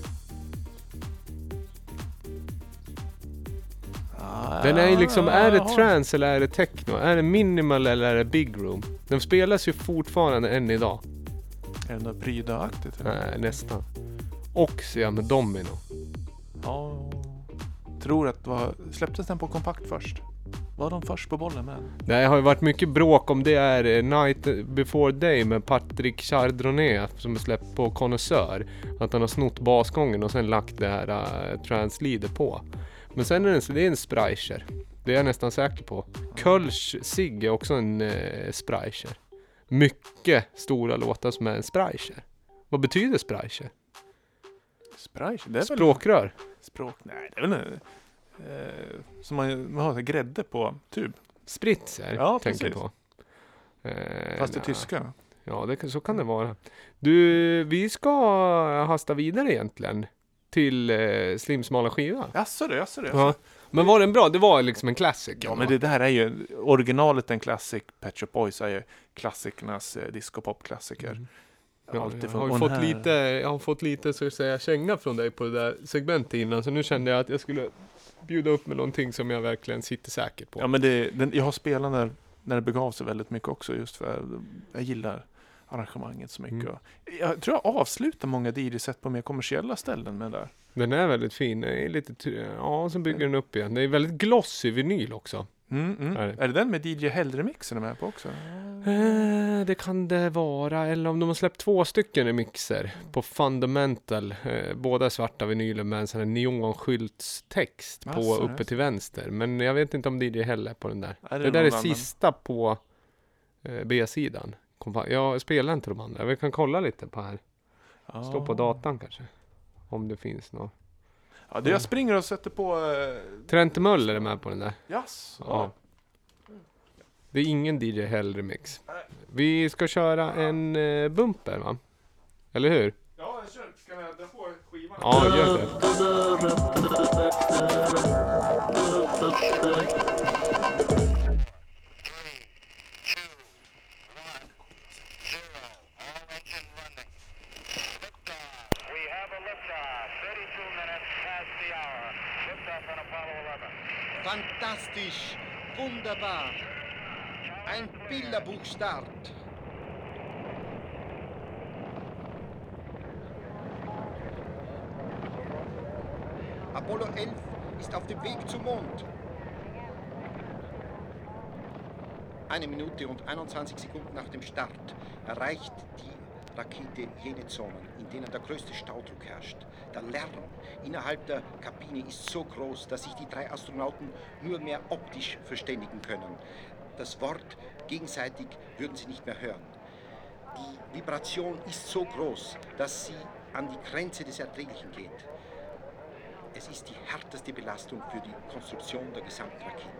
Den är ju liksom, är det trance eller är det techno? Är det minimal eller är det big room? Den spelas ju fortfarande än idag.
Är det något Pryda-aktigt? eller?
Nej, nästan. Oxia med Domino.
Ja. Tror att det var, släpptes den på kompakt först? Var de först på bollen med?
Det har ju varit mycket bråk om det är eh, Night Before Day med Patrick Chardonnay som är släppt på Connoisseur. Att han har snott basgången och sen lagt det här uh, translider på. Men sen är det en, det är en Sprecher. Det är jag nästan säker på. Kölsch Sig är också en uh, Sprecher. Mycket stora låtar som är en Sprecher. Vad betyder Sprecher?
Sprite? Det är väl
Språkrör?
språk? Nej, det är väl en, eh, som man, man har grädde på tub.
Spritzer
Ja,
tänker jag
precis.
på. Eh,
Fast det är
nej.
tyska.
Ja, det, kan- så kan det vara. Du, vi ska hasta vidare egentligen till eh, Slims smala skiva.
Jaså det, jaså det.
Ja. Men var den bra? Det var liksom en klassiker.
Ja, men det där är ju originalet en klassik. Pet Shop Boys är ju klassikernas eh, disco-pop-klassiker.
Mm. Ja,
Alltid
jag,
från-
har ju
och
fått
den här-
lite, jag har fått lite så att säga känga från dig på det där segmentet innan, så nu kände jag att jag skulle bjuda upp med någonting som jag verkligen sitter säkert på.
Ja, men det, den, jag har spelat när, när det begav sig väldigt mycket också, just för jag, jag gillar arrangemanget så mycket.
Mm.
Jag tror jag avslutar många D J-set på mer kommersiella ställen med det där.
Den är väldigt fin. Den är lite ty- ja, så bygger den upp igen. Det är väldigt glossy vinyl också.
Mm, mm.
Är det?
Är det den med D J Hell-remixen med på också?
Eh, det kan det vara. Eller om de har släppt två stycken remixer på Fundamental. Eh, båda svarta vinyler med en sån här neonskyltstext på
Massor,
uppe
alltså.
till vänster. Men jag vet inte om D J Hell är på den där.
Är det
det där är
någon annan?
sista på eh, B-sidan. Kompa- Jag spelar inte de andra. Vi kan kolla lite på här.
Ja.
Stå på datan kanske. Om det finns något.
Ja, det jag springer och sätter på... Uh,
Trent Möller är med på den där.
Yes.
Ja. Det är ingen D J Hell remix. Vi ska köra en eh, bumper, va? Eller hur?
Ja, jag kör. Ska jag dra på skivan?
Ja, gör det.
Fantastisch, wunderbar. Ein Bilderbuchstart. Apollo elf ist auf dem Weg zum Mond. Eine Minute und einundzwanzig Sekunden nach dem Start erreicht die Rakete jene Zonen, in denen der größte Staudruck herrscht. Der Lärm innerhalb der Kabine ist so groß, dass sich die drei Astronauten nur mehr optisch verständigen können. Das Wort gegenseitig würden sie nicht mehr hören. Die Vibration ist so groß, dass sie an die Grenze des Erträglichen geht. Es ist die härteste Belastung für die Konstruktion der gesamten Rakete.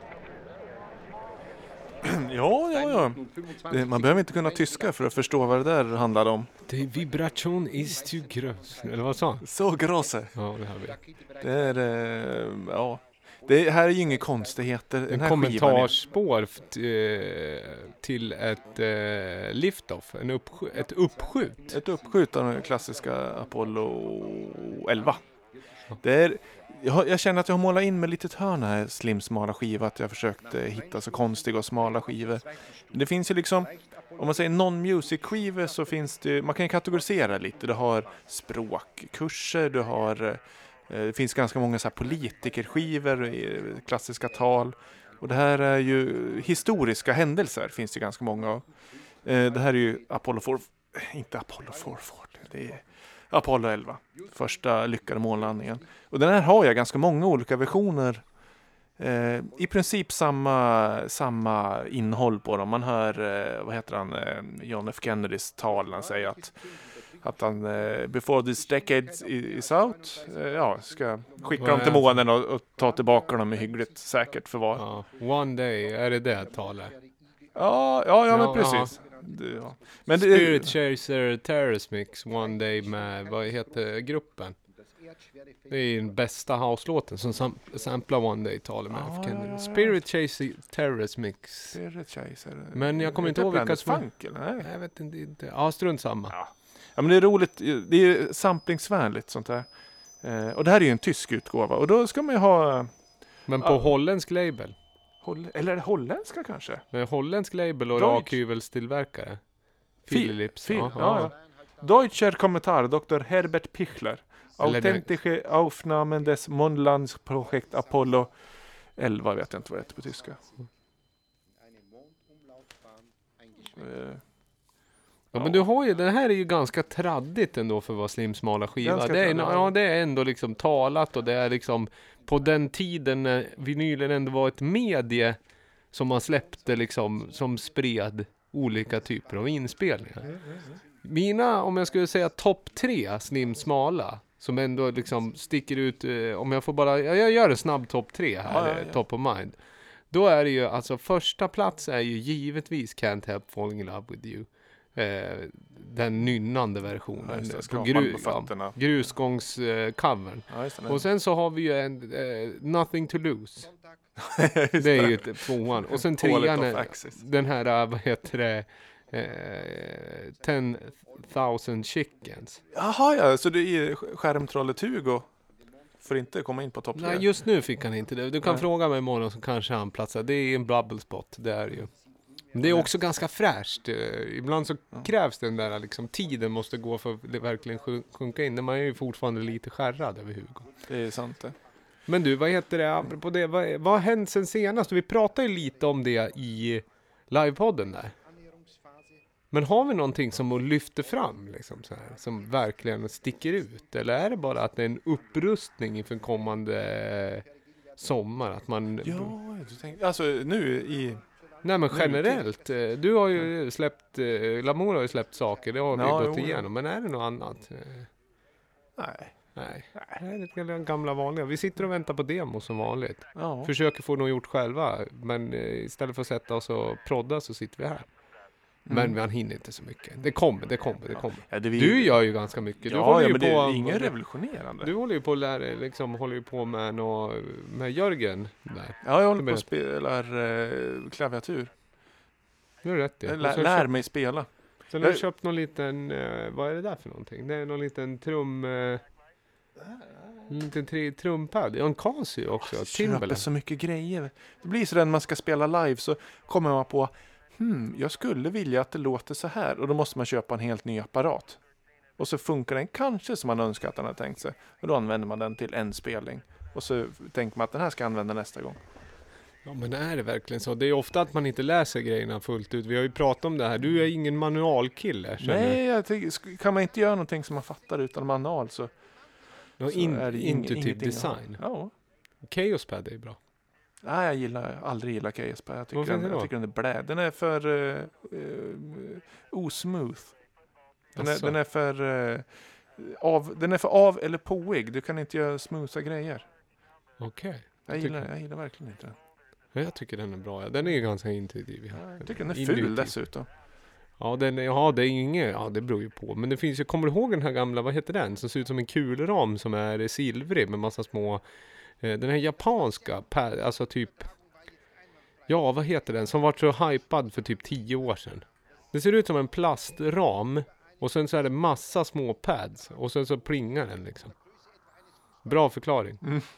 Ja, ja, ja. Det, man behöver inte kunna tyska för att förstå vad det där handlar om.
Det vibration is too gross. Eller vad sa han?
Så grosse.
Ja, det här vi.
Det är... eh, Ja. Det här är ju inga konstigheter. Den
En
här skivan är-
kommentarspår f- t- eh, till ett eh, lift-off. En uppsk- ett uppskjut.
Ett uppskjut av den klassiska Apollo elva. Det är, jag, har- jag känner att jag har målat in med litet hörn här slimsmala skiva. Att jag försökte hitta så konstiga och smala skivor. Men det finns ju liksom, om man säger non-music-skivor så finns det, man kan ju kategorisera lite. Du har språkkurser, du har, eh, det finns ganska många så här politikerskivor, eh, klassiska tal. Och det här är ju historiska händelser, finns det ganska många av. Eh, Det här är ju Apollo fyra, inte Apollo fyra, det är Apollo elva, första lyckade månlandningen. Och den här har jag ganska många olika versioner. Eh, I princip samma, samma innehåll på dem. Man hör, eh, vad heter han, eh, John F. Kennedys tal. Han säger att, att han, eh, before this decade is out, eh, ja, ska skicka dem till månen och, och ta tillbaka dem i hyggligt säkert förvar. Ja,
Ja. One day, är det det talet?
ja, ja,
Ja,
men precis. Det, ja. Men det,
Spirit Chaser Terrorist Mix One Day med, vad heter gruppen? Det är den bästa house-låten som sam- samplar One Day-talet med
Ja,
F.
ja,
Kennedy.
ja, ja.
Spirit Chaser Terrorist Mix.
Spirit Chaser.
Men jag kommer
Är
inte
det
ihåg vilka
Planet
som-
Funk, eller? Nej.
Jag vet inte, inte. Ja, strunt samma.
Ja. Ja, men det är roligt. Det är samplingsvänligt sånt där. Eh, och det här är ju en tysk utgåva. Och då ska man ju ha...
Men på
Ja.
holländsk label.
Holl- eller är det holländska kanske?
Med holländsk label och
Deutsch.
rakhyvelstillverkare.
Fi-
Philips.
Fil-
ja,
ja, ja. Deutscher Kommentar, doktor Herbert Pichler.
Eller det-
Authentische Aufnahmen des Mondlandsprojekt Apollo elva, vet jag inte vad det heter på tyska. Eh,
Ja, men du har ju, den här är ju ganska traddigt ändå för att vara slimsmala skiva.
Ganska
Det är,
traddigt.
ja, det är ändå liksom talat och det är liksom på den tiden när vinylen ändå var ett medie som man släppte liksom, som spred olika typer av inspelningar. Mina, om jag skulle säga topp tre slimsmala som ändå liksom sticker ut, eh, om jag får bara, ja, jag gör en snabb topp tre här,
Ja, ja,
eh,
ja.
top of mind. Då är det ju, alltså första plats är ju givetvis Can't Help Falling In Love With You. Eh, den nynnande versionen.
Ja, just det,
på
skrapan
gru-
på fötterna.
ja, grusgångscovern.
ja, just det.
Och sen så har vi ju en eh, Nothing To Lose. Det är ju ett- tvåan. Och sen
Toilet
trean
of
är
Axis.
den här, eh, vad heter det, eh, ten thousand Chickens.
Jaha, ja, så det är skärmtrollet Hugo. får inte komma in på topp tre.
Nej, just nu fick han inte det. Du kan
Nej.
fråga mig imorgon så kanske han platsar. Det är en bubble spot, det är det ju. Men det är också ganska fräscht. Eh, Ibland så
Ja.
krävs den där liksom, tiden måste gå för att det verkligen sjun- sjunka in. Man är ju fortfarande lite skärrad över Hugo.
Det är sant det.
Men du, vad heter det, apropå det, vad, vad har hänt sen senast? Vi pratade ju lite om det i livepodden där. Men har vi någonting som lyfter fram, liksom så här, som verkligen sticker ut? Eller är det bara att det är en upprustning inför kommande sommar? Att man...
Ja, du tänkte, alltså nu i...
Nej, men generellt. eh, Du har ju släppt, eh, Lamour har ju släppt saker, det har vi
Ja,
gått
jo,
igenom. Men är det något annat? Eh,
Nej.
Nej, det är lite gamla vanliga. Vi sitter och väntar på demo som vanligt.
Ja.
Försöker få något gjort själva, men eh, istället för att sätta oss och prodda så sitter vi här. Men
Mm.
man hinner inte så mycket. Det kommer, det kommer, det kommer.
Ja, det vi...
Du gör ju ganska mycket. Du
Ja,
håller
ja
ju
men
på,
det är inget revolutionerande.
Du håller ju på att lära dig, liksom håller ju på med nå, med Jörgen där.
Ja, jag håller
Du
på och spelar eh, klaviatur.
Du har rätt i.
Jag
Och
lär,
sen
lär
köpt-
mig spela.
Sen har du
Jag-
köpt någon liten, eh, vad är det där för någonting? Det är någon liten trum... Eh, en liten tri, trumpad. Ja, en Casio också.
Köper
Timberland.
så mycket grejer. Det blir så när man ska spela live så kommer man på hmm, jag skulle vilja att det låter så här. Och då måste man köpa en helt ny apparat. Och så funkar den kanske som man önskar att den har tänkt sig. Och då använder man den till en spelning. Och så tänker man att den här ska jag använda nästa gång.
Ja, men är det verkligen så? Det är ofta att man inte läser grejerna fullt ut. Vi har ju pratat om det här. Du är ingen manualkille, känner jag.
Nej, jag tycker, sk- kan man inte göra någonting som man fattar utan manual så,
Du har
så
in,
är det ing-
intuitive
ingenting att ha.
design.
Ja.
Chaospad är ju bra.
Nej, jag gillar aldrig gillar K S P. Jag tycker,
Varför
den,
inte då?
jag tycker den är blä. Den är för uh, uh, osmooth. Den är,
Asså.
den är för uh, av, den är för av eller påig. Du kan inte göra smootha grejer.
Okej.
Jag
tycker-
gillar, jag gillar verkligen inte den.
Ja, jag tycker den är bra. Ja. Den är ju ganska intuitiv. Ja.
Jag tycker den är
Intuitiv.
ful dessutom.
Ja, den, är- ja, det är ju inget, ja, det beror ju på. Men det finns ju, kommer du ihåg den här gamla, vad heter den? Som ser ut som en kulram som är silvrig med massa små, eh, den här japanska, pa- alltså typ, ja, vad heter den? Som var så hypad för typ tio år sedan. Det ser ut som en plastram och sen så är det massa små pads och sen så plingar den liksom. Bra förklaring.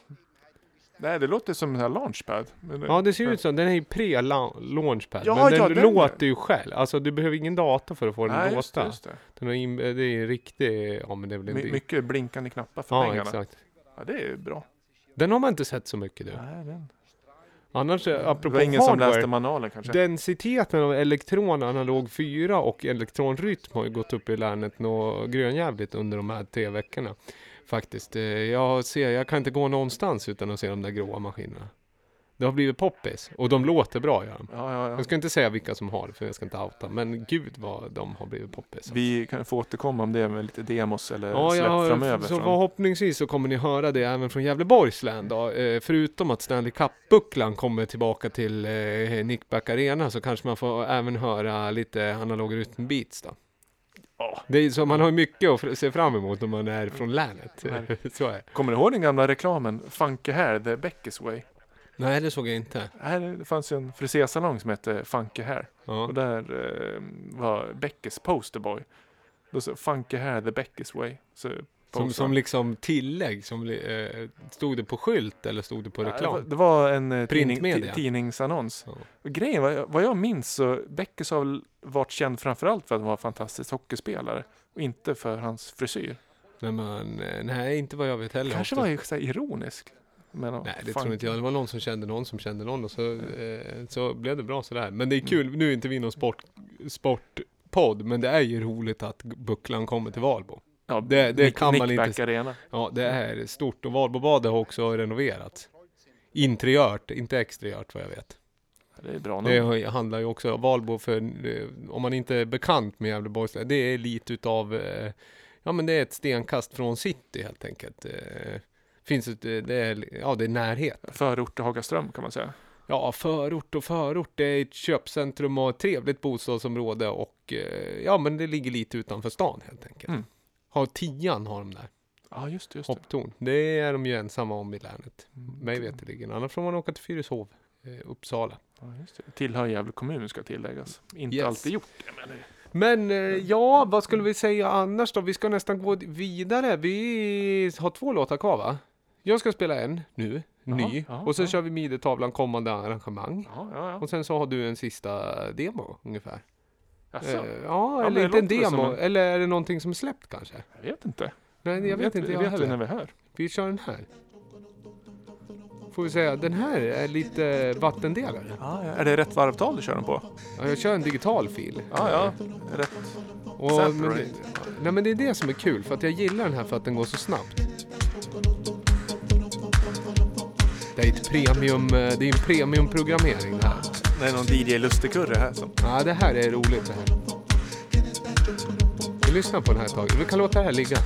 Nej, det låter som en här launchpad. Men det,
Ja, det ser ut som, den är ju pre-launchpad.
Ja,
men den,
ja,
du
den-
låter ju själv. Alltså du behöver ingen dator för att få den
Nej,
att
just,
låta.
just det.
Den har in, det är en riktig, ja men det är väl en
My,
del.
mycket blinkande knappar för
Ja,
pengarna.
exakt.
Ja, det är bra.
Den har man inte sett så mycket du.
Nej, den.
Annars, eh,
Det
apropå
var ingen som läste
hardware,
manualen kanske.
densiteten av elektron analog fyra och elektronrytm har ju gått upp i länet något grönjävligt under de här tre veckorna. Faktiskt. Eh, Jag ser, jag kan inte gå någonstans utan att se de där gråa maskinerna. Det har blivit poppis och de låter bra, gör de.
Ja, ja, ja.
Jag ska inte säga vilka som har det, för jag ska inte outa. Men gud vad de har blivit poppis.
Vi kan få återkomma om det med lite demos eller
Ja,
släpp
ja,
framöver.
så
från-
förhoppningsvis så kommer ni höra det även från Gävleborgs län då. Eh, förutom att Stanley Cup-bucklan kommer tillbaka till eh, Nickback Arena så kanske man får även höra lite analoga rytmbeats då.
Ja.
Det är så man har mycket att fr- se fram emot när man är från länet.
Nej.
Så är det.
Kommer du ihåg den gamla reklamen? Funky Hair, the Beckys Way.
Nej, det såg jag inte.
Här, det fanns ju en frisersalong som hette Funky Hair.
Ja.
Och där eh, var Beckys posterboy. Då så Funky Hair, the Beckys Way. Så
Som,
postade
som
han.
liksom tillägg, som, eh, stod det på skylt eller stod det på
Ja,
reklam?
Det var, det var en eh, tidning,
Printmedia.
ti- tidningsannons.
Ja.
Och grejen, vad jag, vad jag minns så Beckys har väl varit känd framförallt för att vara en fantastisk hockeyspelare. Och inte för hans frisyr.
Nej, men, eh, nej, inte vad jag vet heller.
Kanske
Ofta-
var ju så här ironisk. Men, ja,
Nej, det
funk-
tror inte jag. Det var någon som kände någon som kände någon och så, eh, så blev det bra sådär. Men det är kul, nu är inte vi någon sport, sportpodd, men det är ju roligt att bucklan kommer till Valbo.
Ja,
det- det
Nick-
kan man
Nickback
inte-
Arena.
Ja, det är stort och Valbobadet har också renoverats. Interiört, inte exteriört vad jag vet.
Det är bra nog.
Det har- handlar ju också om Valbo för, eh, om man inte är bekant med Gävleborgs län, det är lite utav, eh, ja men det är ett stenkast från city helt enkelt. Eh, finns ett, det är, ja det är närhet.
Förort till Hagaström kan man säga.
Ja, förort och förort. Det är ett köpcentrum och ett trevligt bostadsområde och eh, ja, men det ligger lite utanför stan helt enkelt.
Mm.
Har tian har de där.
Ja, just det. Just det.
Hopptorn. Det är de ju ensamma om i länet.
Mm.
Mig veterligen. Annars får man åka till Fyrishov, eh, Uppsala.
Ja, just det. Tillhör Gävle kommun ska tilläggas. Inte
Yes.
alltid gjort det, men det...
Men eh, ja, vad skulle vi säga annars då? Vi ska nästan gå vidare. Vi har två låtar kvar va? Jag ska spela en nu,
Jaha,
ny.
jaha,
och så
ja.
kör vi midetavlan kommande arrangemang.
Ja, ja, ja.
Och sen så har du en sista demo ungefär.
Jaså?
Eh, ja,
men
eller
det
inte en
låter väl
demo.
som en-
Eller är det någonting som är släppt kanske?
Jag vet inte.
Nej, jag vet inte jag
vet
heller.
vi när vi hör.
Vi kör den här. Får vi säga, den här är lite vattendelare.
Ja, ja. Är det rätt varvtal du kör den på?
Ja, jag kör en digital fil.
Ja, ja. Rätt.
Och,
Sample
men,
rate.
nej, men det är det som är kul, för att jag gillar den här för att den går så snabbt. Det är ett premium, det är en premiumprogrammering det här.
Det är någon D J Lustigkurre här som...
Ja, det här är roligt det här. Vi lyssnar på den här ett tag. Vi kan låta det här ligga.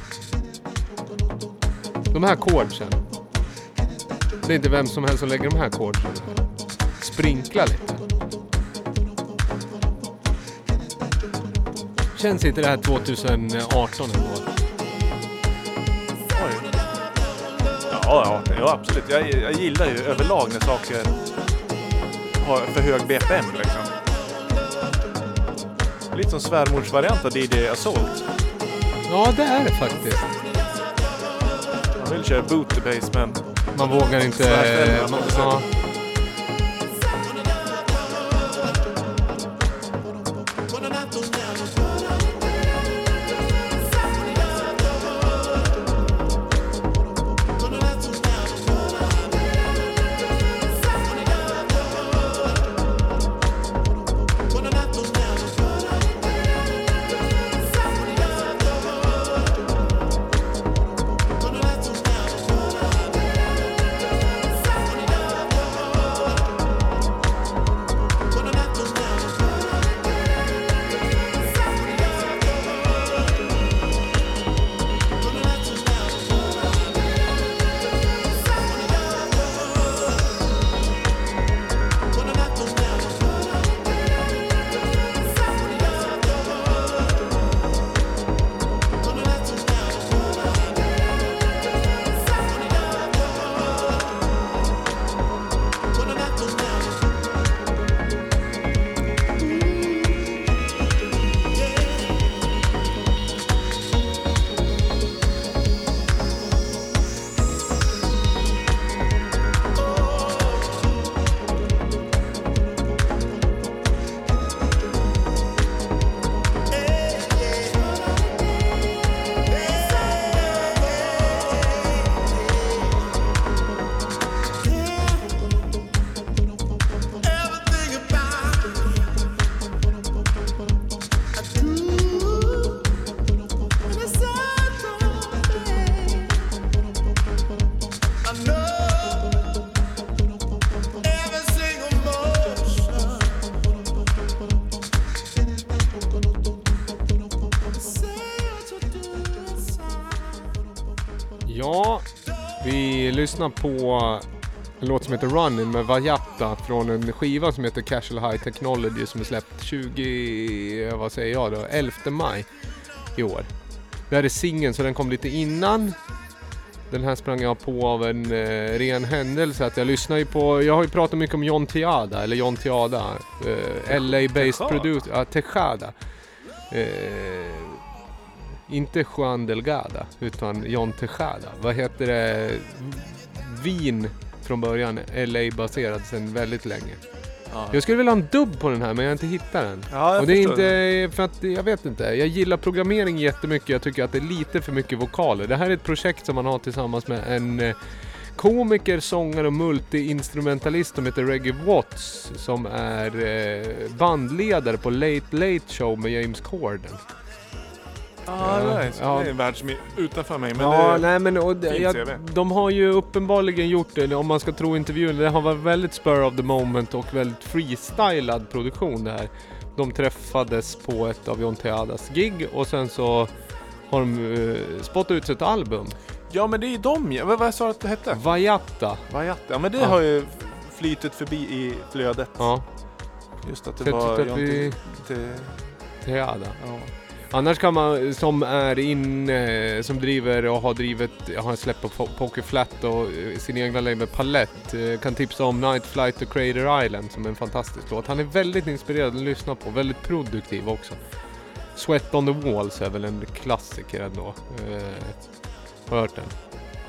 De här chordsen. Det är inte vem som helst som lägger de här chordsen. Sprinkla lite. Känns inte det här tjugoarton ändå?
Oj. Ja, ja, ja, absolut. Jag, jag gillar ju överlag när saker har för hög B P M liksom. Lite som svärmorsvariant av D J Assault.
Ja, det är det faktiskt.
Man vill köra boot to bass, men
Man vågar inte...
Så här själv,
man,
man får
ja. Ja, vi lyssnar på en låt som heter Running med Vajata från en skiva som heter Casual High Technology som är släppt tjugo, vad säger jag då, elfte maj i år. Det här är singeln så den kom lite innan. Den här sprang jag på av en eh, ren händelse att jag lyssnar ju på, jag har ju pratat mycket om John Tejada eller John Tejada, eh, L A-based producer, ja, Tejada. Eh, inte Juan Delgado utan John Tejada. Vad heter det? Wien från början, L A-baserad sedan väldigt länge.
Ja.
Jag skulle vilja ha en dubb på den här men jag har inte hittat den.
Ja, jag
och det är
förstår.
inte för att, jag vet inte, jag gillar programmering jättemycket. Jag tycker att det är lite för mycket vokaler. Det här är ett projekt som man har tillsammans med en eh, komiker, sångare och multi-instrumentalist som heter Reggie Watts som är eh, bandledare på Late Late Show med James Corden.
Ah,
Ja,
right.
ja.
Det är en värld som är utanför mig. Men
Ja,
det,
nej men och, det-
fint
jag,
C V.
de har ju uppenbarligen gjort det, om man ska tro intervjun. Det har varit väldigt spur of the moment och väldigt freestylad produktion det här. De träffades på ett av John Tejadas gig och sen så har de uh, spottat ut ett album.
ja, men det är ju de. Ja. Vad, vad sa du att det hette?
Vajata.
Vajata. Ja, men det
Ja.
har ju flytet förbi i flödet.
Ja,
Just att det
Så jag
var...
tyckte att
jag
vi-
inte- inte-
Tejada.
ja.
Annars kan man, som är inne, som driver och har drivit, jag har släppt på Po- Poker Flat och eh, sin egna label Palette, eh, kan tipsa om Night Flight to Crater Island som är en fantastisk låt. Han är väldigt inspirerad att lyssna på, väldigt produktiv också. Sweat on the Walls är väl en klassiker ändå. Eh, har hört den.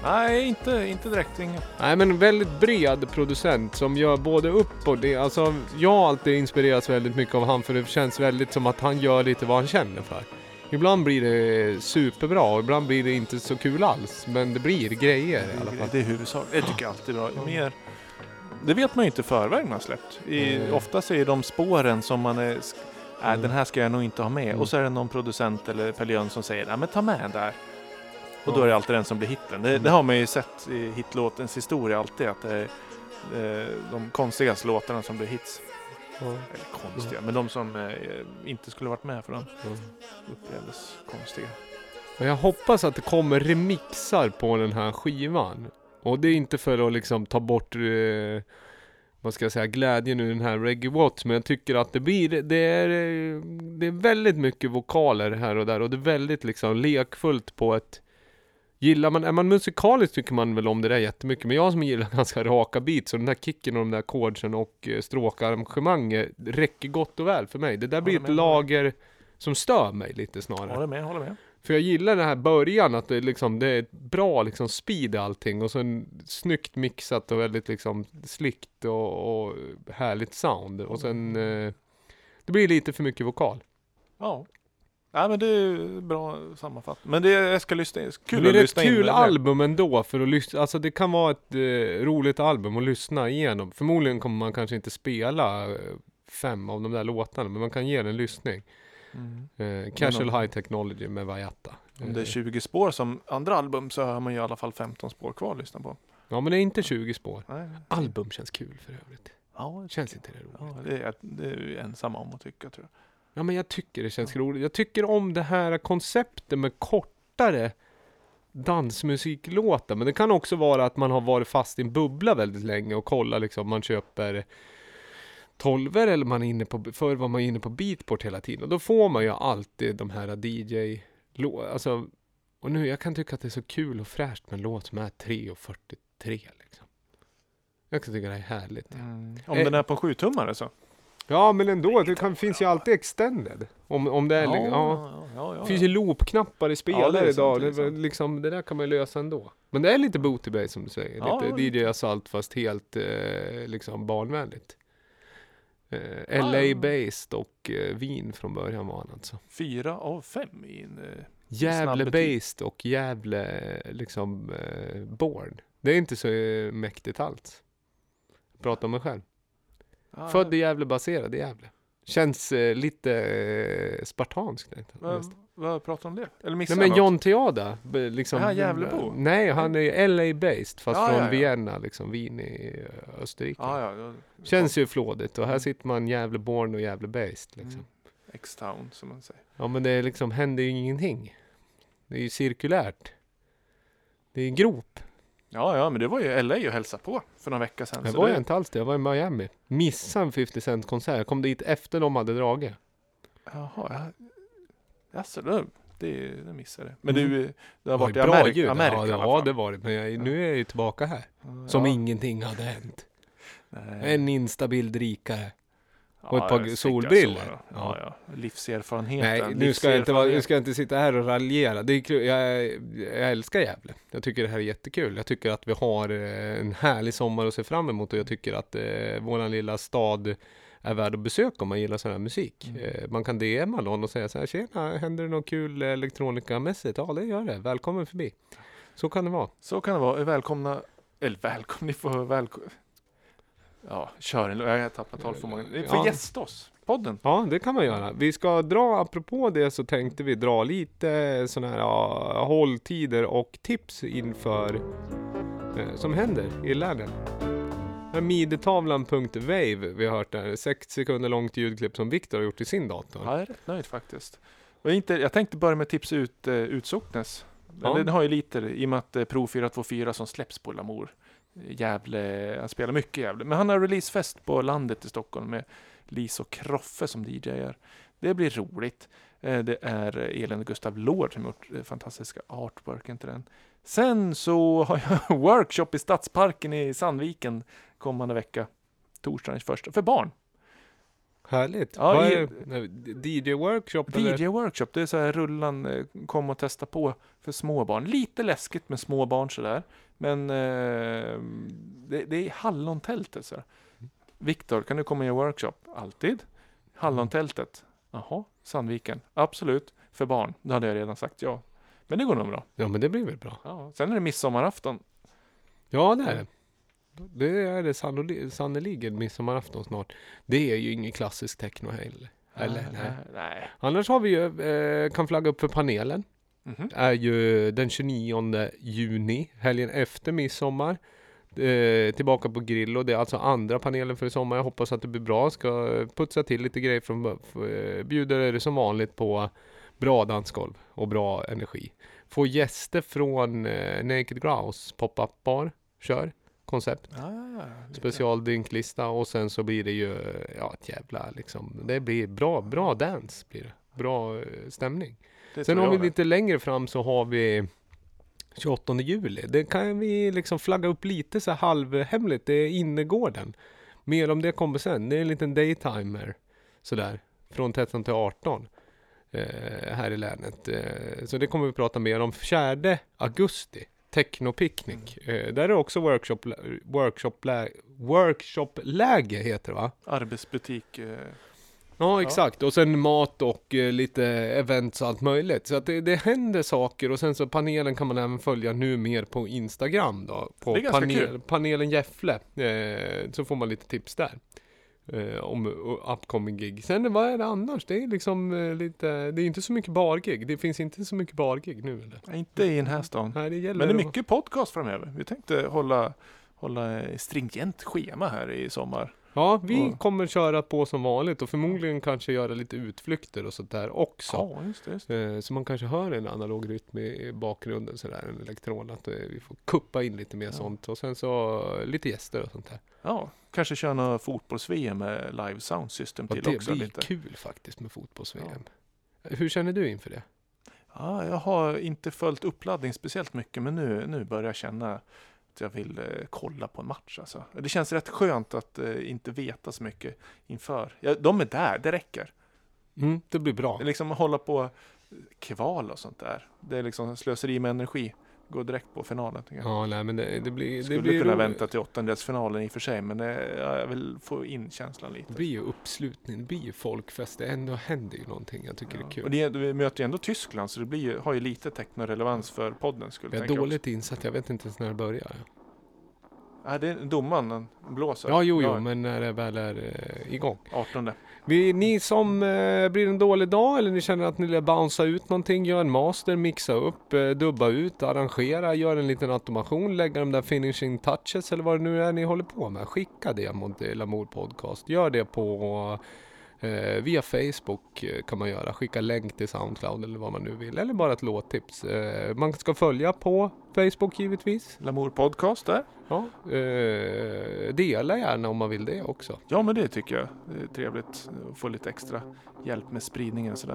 Nej, inte, inte direkt. Inga.
Nej, men väldigt bred producent som gör både upp och det. Alltså, jag har alltid inspirerats väldigt mycket av han, för det känns väldigt som att han gör lite vad han känner för. Ibland blir det superbra och ibland blir det inte så kul alls. Men det blir grejer i alla fall.
Det är huvudsak. Det tycker jag alltid är bra. Mer, det vet man ju inte förväg man har släppt. I,
Mm.
Oftast är de spåren som man är... Äh,
Mm.
den här ska jag nog inte ha med.
Mm.
Och så är det någon producent eller Pelion som säger, nej men ta med den där. Och
Ja.
då är det alltid den som blir hitten. Det,
Mm.
det har man ju sett i hitlåtens historia alltid. Att det är eh, de konstigaste låtarna som blir hits.
Ja.
Eller konstiga, men de som eh, inte skulle varit med för dem
Ja.
upplevdes konstiga.
Och jag hoppas att det kommer remixar på den här skivan. Och det är inte för att liksom ta bort eh, vad ska jag säga, glädjen ur den här Reggae Watts, men jag tycker att det blir det är, eh, det är väldigt mycket vokaler här och där, och det är väldigt liksom lekfullt på ett... Gillar man, är man musikalisk tycker man väl om det där jättemycket, men jag som gillar ganska raka beats och den där kicken och de där chordsen och eh, stråkarrangemanget räcker gott och väl för mig. Det där blir
Håller
ett
med.
lager som stör mig lite snarare.
Håller med, håller med.
För jag gillar den här början, att det, liksom, det är ett bra liksom, speed i allting. Och så en snyggt mixat och väldigt liksom, slickt och, och härligt sound. Och sen eh, det blir lite för mycket vokal.
Ja. Ja, men det är bra sammanfattning. Men det är, jag ska lyssna, kul
Men det är
att
ett
lyssna in
kul
det.
album ändå för att lyssna. Alltså det kan vara ett eh, roligt album att lyssna igenom. Förmodligen kommer man kanske inte spela eh, fem av de där låtarna, men man kan ge den en lyssning.
Mm.
Eh, Casual
om-
High Technology med Vajata.
Om det är tjugo spår som andra album så har man ju i alla fall femton spår kvar att lyssna på.
Ja, men det är inte tjugo spår.
Nej.
Album känns kul för övrigt.
Ja,
Känns inte det roligt?
ja, det är, det är ju ensam om att tycka, tror jag.
Ja, men jag tycker det känns roligt. Jag tycker om det här konceptet med kortare dansmusiklåtar. Men det kan också vara att man har varit fast i en bubbla väldigt länge och kollar liksom, man köper tolver eller man är inne på, förr var man inne på Beatport hela tiden. Och då får man ju alltid de här D J lå- alltså, och nu, jag kan tycka att det är så kul och fräscht med en låt som är tre fyrtiotre liksom. Jag kan tycka det är härligt.
Mm. Om
Eh.
den är på sju tummare så.
Ja, men ändå, det kan, finns ju alltid extended. Om, om det är ja, ja.
ja, ja, ja.
Det finns ju loopknappar i spelare
Ja, det är sant,
idag.
det är
Det, är
sant.
liksom, det där kan man ju lösa ändå. Men det är lite booty bass som du säger.
Ja,
lite
det-
D J Assault fast helt eh, liksom barnvänligt. Eh,
Ja,
L A
ja.
based och eh, Wien från början var han alltså.
Fyra av fem i en... Eh,
Gävle
snabb betyg.
based och Gävle eh, liksom eh, born. Det är inte så eh, mäktigt alls. Prata om mig själv.
ah,
Född i Gävle, baserad i Gävle. Känns eh, lite eh, spartanskt.
Vad,
nästan.
vad pratar du om det? Eller
Nej,
missar
men
jag
John Teada be- liksom,
Är han Gävlebo?
Nej, han är L A based fast
Ja,
från
ja, ja.
Vienna, liksom Wien i eh, Österrike.
Ah, ja, ja.
Känns ju flådigt och här
Mm.
sitter man Gävleborn och Gävle based liksom.
Mm. X-Town som man säger.
Ja, men det är liksom, händer ju ingenting. Det är ju cirkulärt. Det är en grop.
Ja, ja, men det var ju L A och hälsa på för några veckor sedan.
Jag
så
var
det,
ju inte alls det, jag var i Miami. Missade en femtio cent konsert. Jag kom dit efter de hade dragit.
Jaha, ja. Alltså, det, det, det missade jag. Men
Mm.
du, det har varit i
Det var ju bra
Amerika,
ljud.
Amerika
ja,
i
det,
alla
ja,
fall.
det var det. Men jag, nu är jag ju tillbaka här.
Ja,
Som
ja.
ingenting hade hänt.
Nej.
En instabil rikare. och ett
Ja,
par
jag tycker
solbrillor.
så, ja.
Ja.
Ja, ja. Livserfarenheten.
Nej, nu ska, jag inte vara, nu
livserfarenhet.
ska jag inte sitta här och raljera. Det är kul. Jag, jag älskar Gävle. Jag tycker det här är jättekul. Jag tycker att vi har eh, en härlig sommar att se fram emot och jag tycker att eh, våran lilla stad är värd att besöka om man gillar sån här musik.
Mm.
Eh, man kan D M'a någon och säga så här: tjena, händer det något kul elektronikamässigt? Ja, det gör det. Välkommen förbi. Så kan det vara.
Så kan det vara. Välkomna. Eller välkomna. Ni får välkomna. Ja, kör en. Jag har tappat tal för många. Ni får
Ja.
gästa oss. Podden.
Ja, det kan man göra. Vi ska dra, apropå det så tänkte vi dra lite sådana här ja, hålltider och tips inför eh, som händer i lärden. midetavlan punkt wave vi har hört där. sex sekunder långt ljudklipp som Viktor har gjort i sin dator.
Ja, jag är rätt nöjd faktiskt. Och inte, jag tänkte börja med tips ut uh, Utsocknes.
Ja.
Den har ju lite i och med att uh, Pro fyra två fyra som släpps på Lamour. Gävle, han spelar mycket Gävle. Men han har releasefest på landet i Stockholm med Lis och Kroffe som D J:ar. Det blir roligt. Eh, det är Elin och Gustav Lord som gjort eh, fantastiska artworken till den. Sen så har jag workshop i Stadsparken i Sandviken kommande vecka. Torsdagen första. För barn.
Härligt.
Ja,
Vad
i-
är det? D J-workshop?
D J-workshop, det är så här rullan, eh, kom och testa på för små barn. Lite läskigt med små barn sådär. Men eh, det, det är hallontältet så här. Viktor, kan du komma i en workshop? Alltid. Hallontältet. Jaha, Sandviken. Absolut. För barn. Det hade jag redan sagt ja. Men det går nog bra.
Ja, men det blir väl bra.
Ja. Sen är det midsommarafton.
Ja, det är det. Det är det sannoli- sannoliken midsommarafton snart. Det är ju ingen klassisk techno heller. Eller, nej.
nej. nej.
Annars har vi ju, eh, kan flagga upp för panelen.
Mhm.
Är ju den tjugonionde juni, helgen efter midsommar. Eh, tillbaka på Grillo. Det är alltså andra panelen för i sommar. Jag hoppas att det blir bra. Ska putsa till lite grejer från eh, bjuder är det som vanligt på bra dansgolv och bra energi. Få gäster från eh, Naked Grouse pop-up bar. Kör. Koncept.
Ah, lite.
Specialdrinklista och sen så blir det ju ja, ett jävla liksom. Det blir bra, bra dance blir det. Bra eh, stämning.
Det
Sen
tror
har vi
jag
lite längre fram så har vi tjugoåttonde juli. Det kan vi liksom flagga upp lite så här halvhemligt. Det är innergården. Mer om det kommer sen. Det är en liten daytimer sådär. Från tretton till arton. Eh, här i länet. Eh, så det kommer vi prata mer om fjärde augusti. Technopicknick. Eh, där är också workshop, workshop, workshop-läge heter det va?
Arbetsbutik. Eh,
Ja, exakt. Och sen mat och eh, lite events och allt möjligt. Så att det, det händer saker och sen så panelen kan man även följa nu mer på Instagram då. På
Det är ganska
panel,
kul.
panelen Gäffle. Eh, så får man lite tips där. Eh, om uh, upcoming gig. Sen vad är det annars? Det är liksom eh, lite, det är inte så mycket bargig. Det finns inte så mycket bargig nu eller?
nej, inte i den här stan.
Nej, det gäller
Men det är
att-
mycket podcast framöver. Vi tänkte hålla, hålla stringent schema här i sommar.
Ja, vi
Ja.
kommer köra på som vanligt och förmodligen kanske göra lite utflykter och sånt där också.
Ja, just det. Just det.
Eh, Så man kanske hör en analog rytm i bakgrunden sådär, en elektron, att eh, vi får kuppa in lite mer
Ja.
sånt och sen så eh, lite gäster och sånt där.
Ja, kanske köra några fotbolls-V M med live sound system
Och
till
det
också
blir
lite.
kul faktiskt med fotbolls-V M. Hur känner du inför det?
Ja, jag har inte följt uppladdning speciellt mycket, men nu, nu börjar jag känna att jag vill eh, kolla på en match. Alltså. Det känns rätt skönt att eh, inte veta så mycket inför. Ja, de är där, det räcker.
Mm, det blir bra.
Det är liksom att hålla på kval och sånt där. Det är liksom slöseri med energi. Gå direkt på finalen. Tycker jag.
Ja, nej men det, det blir...
Skulle
det blir
kunna
ro-
vänta till åttondelsfinalen i och för sig, men eh, jag vill få in känslan
Det
lite.
blir ju uppslutning, det blir ju folkfest, det ändå händer ju någonting, jag tycker
Ja.
det är kul.
Och det, vi möter ju ändå Tyskland, så det blir ju, har ju lite techno-relevans för podden. Skulle
Jag är
tänka också.
dåligt insatt, jag vet inte ens när det börjar.
Ja, det är domaren, den blåser.
Ja, jo, jo, men när det väl är eh, igång.
artonde.
Vi, ni som eh, blir en dålig dag eller ni känner att ni vill bouncea ut någonting, gör en master, mixa upp, eh, dubba ut, arrangera, gör en liten automation, lägga de där finishing touches eller vad det nu är ni håller på med. Skicka det mot Lamour Podcast. Gör det på eh, via Facebook eh, kan man göra. Skicka länk till Soundcloud eller vad man nu vill. Eller bara ett låttips. Eh, man ska följa på Facebook givetvis.
Lamour Podcast där.
Ja, eh, dela gärna om man vill det också.
Ja, men det tycker jag. Det är trevligt att få lite extra hjälp med spridningen sådär.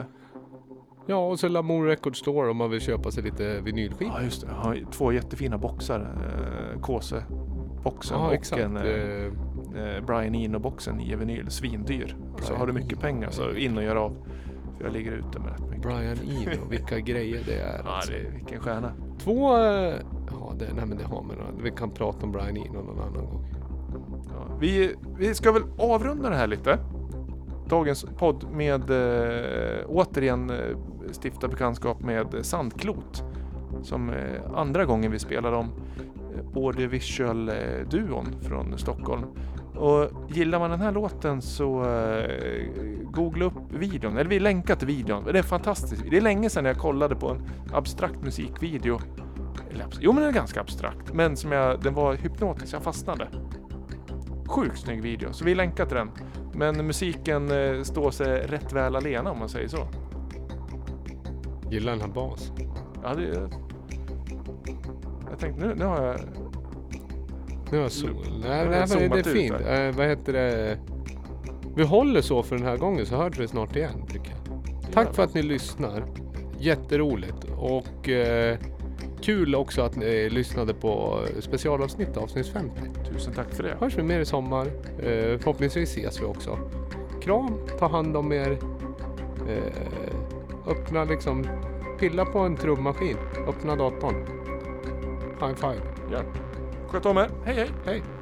Ja, och så Lamour Record Store om man vill köpa sig lite vinylskivor.
Ja, just det. Jag har två jättefina boxar. Eh, Kåse-boxen
Ja,
och
exakt.
en eh,
Eh,
eh, Brian Eno-boxen i vinyl. Svindyr. Så
Brian
har du mycket pengar så in och gör av. För jag ligger ute med rätt mycket.
Brian Eno, vilka grejer det är.
Ja,
Alltså.
det är, vilken stjärna.
Två, eh, ja det, nej men det har man. Vi kan prata om Brian Eno någon annan gång.
Ja, vi, vi ska väl avrunda det här lite. Dagens podd med äh, återigen äh, stifta bekantskap med Sandklot. Som äh, andra gången vi spelar om äh, Audiovisual-duon från Stockholm. Och gillar man den här låten så äh, googla upp videon. Eller vi länkar till videon. Det är fantastiskt. Det är länge sedan jag kollade på en abstrakt musikvideo. Eller, abs- jo men den är ganska abstrakt. Men som jag, den var hypnotisk. Jag fastnade. Sjukt snygg video. Så vi länkar till den. Men musiken eh, står sig rätt väl alena om man säger så.
Gillar den här bas.
Ja, det, jag tänkte nu, nu har jag...
Nu har jag sol.
Nu
Nej,
har
nej
jag
men det
zoomat
är
ut
fint.
här.
Eh, vad heter det? Vi håller så för den här gången så hörs vi snart igen tycker jag. Tack för att ni lyssnar. Jätteroligt. Och eh, kul också att ni lyssnade på specialavsnitt avsnitt femtio.
Tusen tack för det.
Hörs vi mer i sommar. Eh, förhoppningsvis ses vi också. kram, ta hand om er, eh, öppna liksom, pilla på en trummaskin, öppna datorn. High five.
Ja. Sköt om er. Hej hej.
Hej.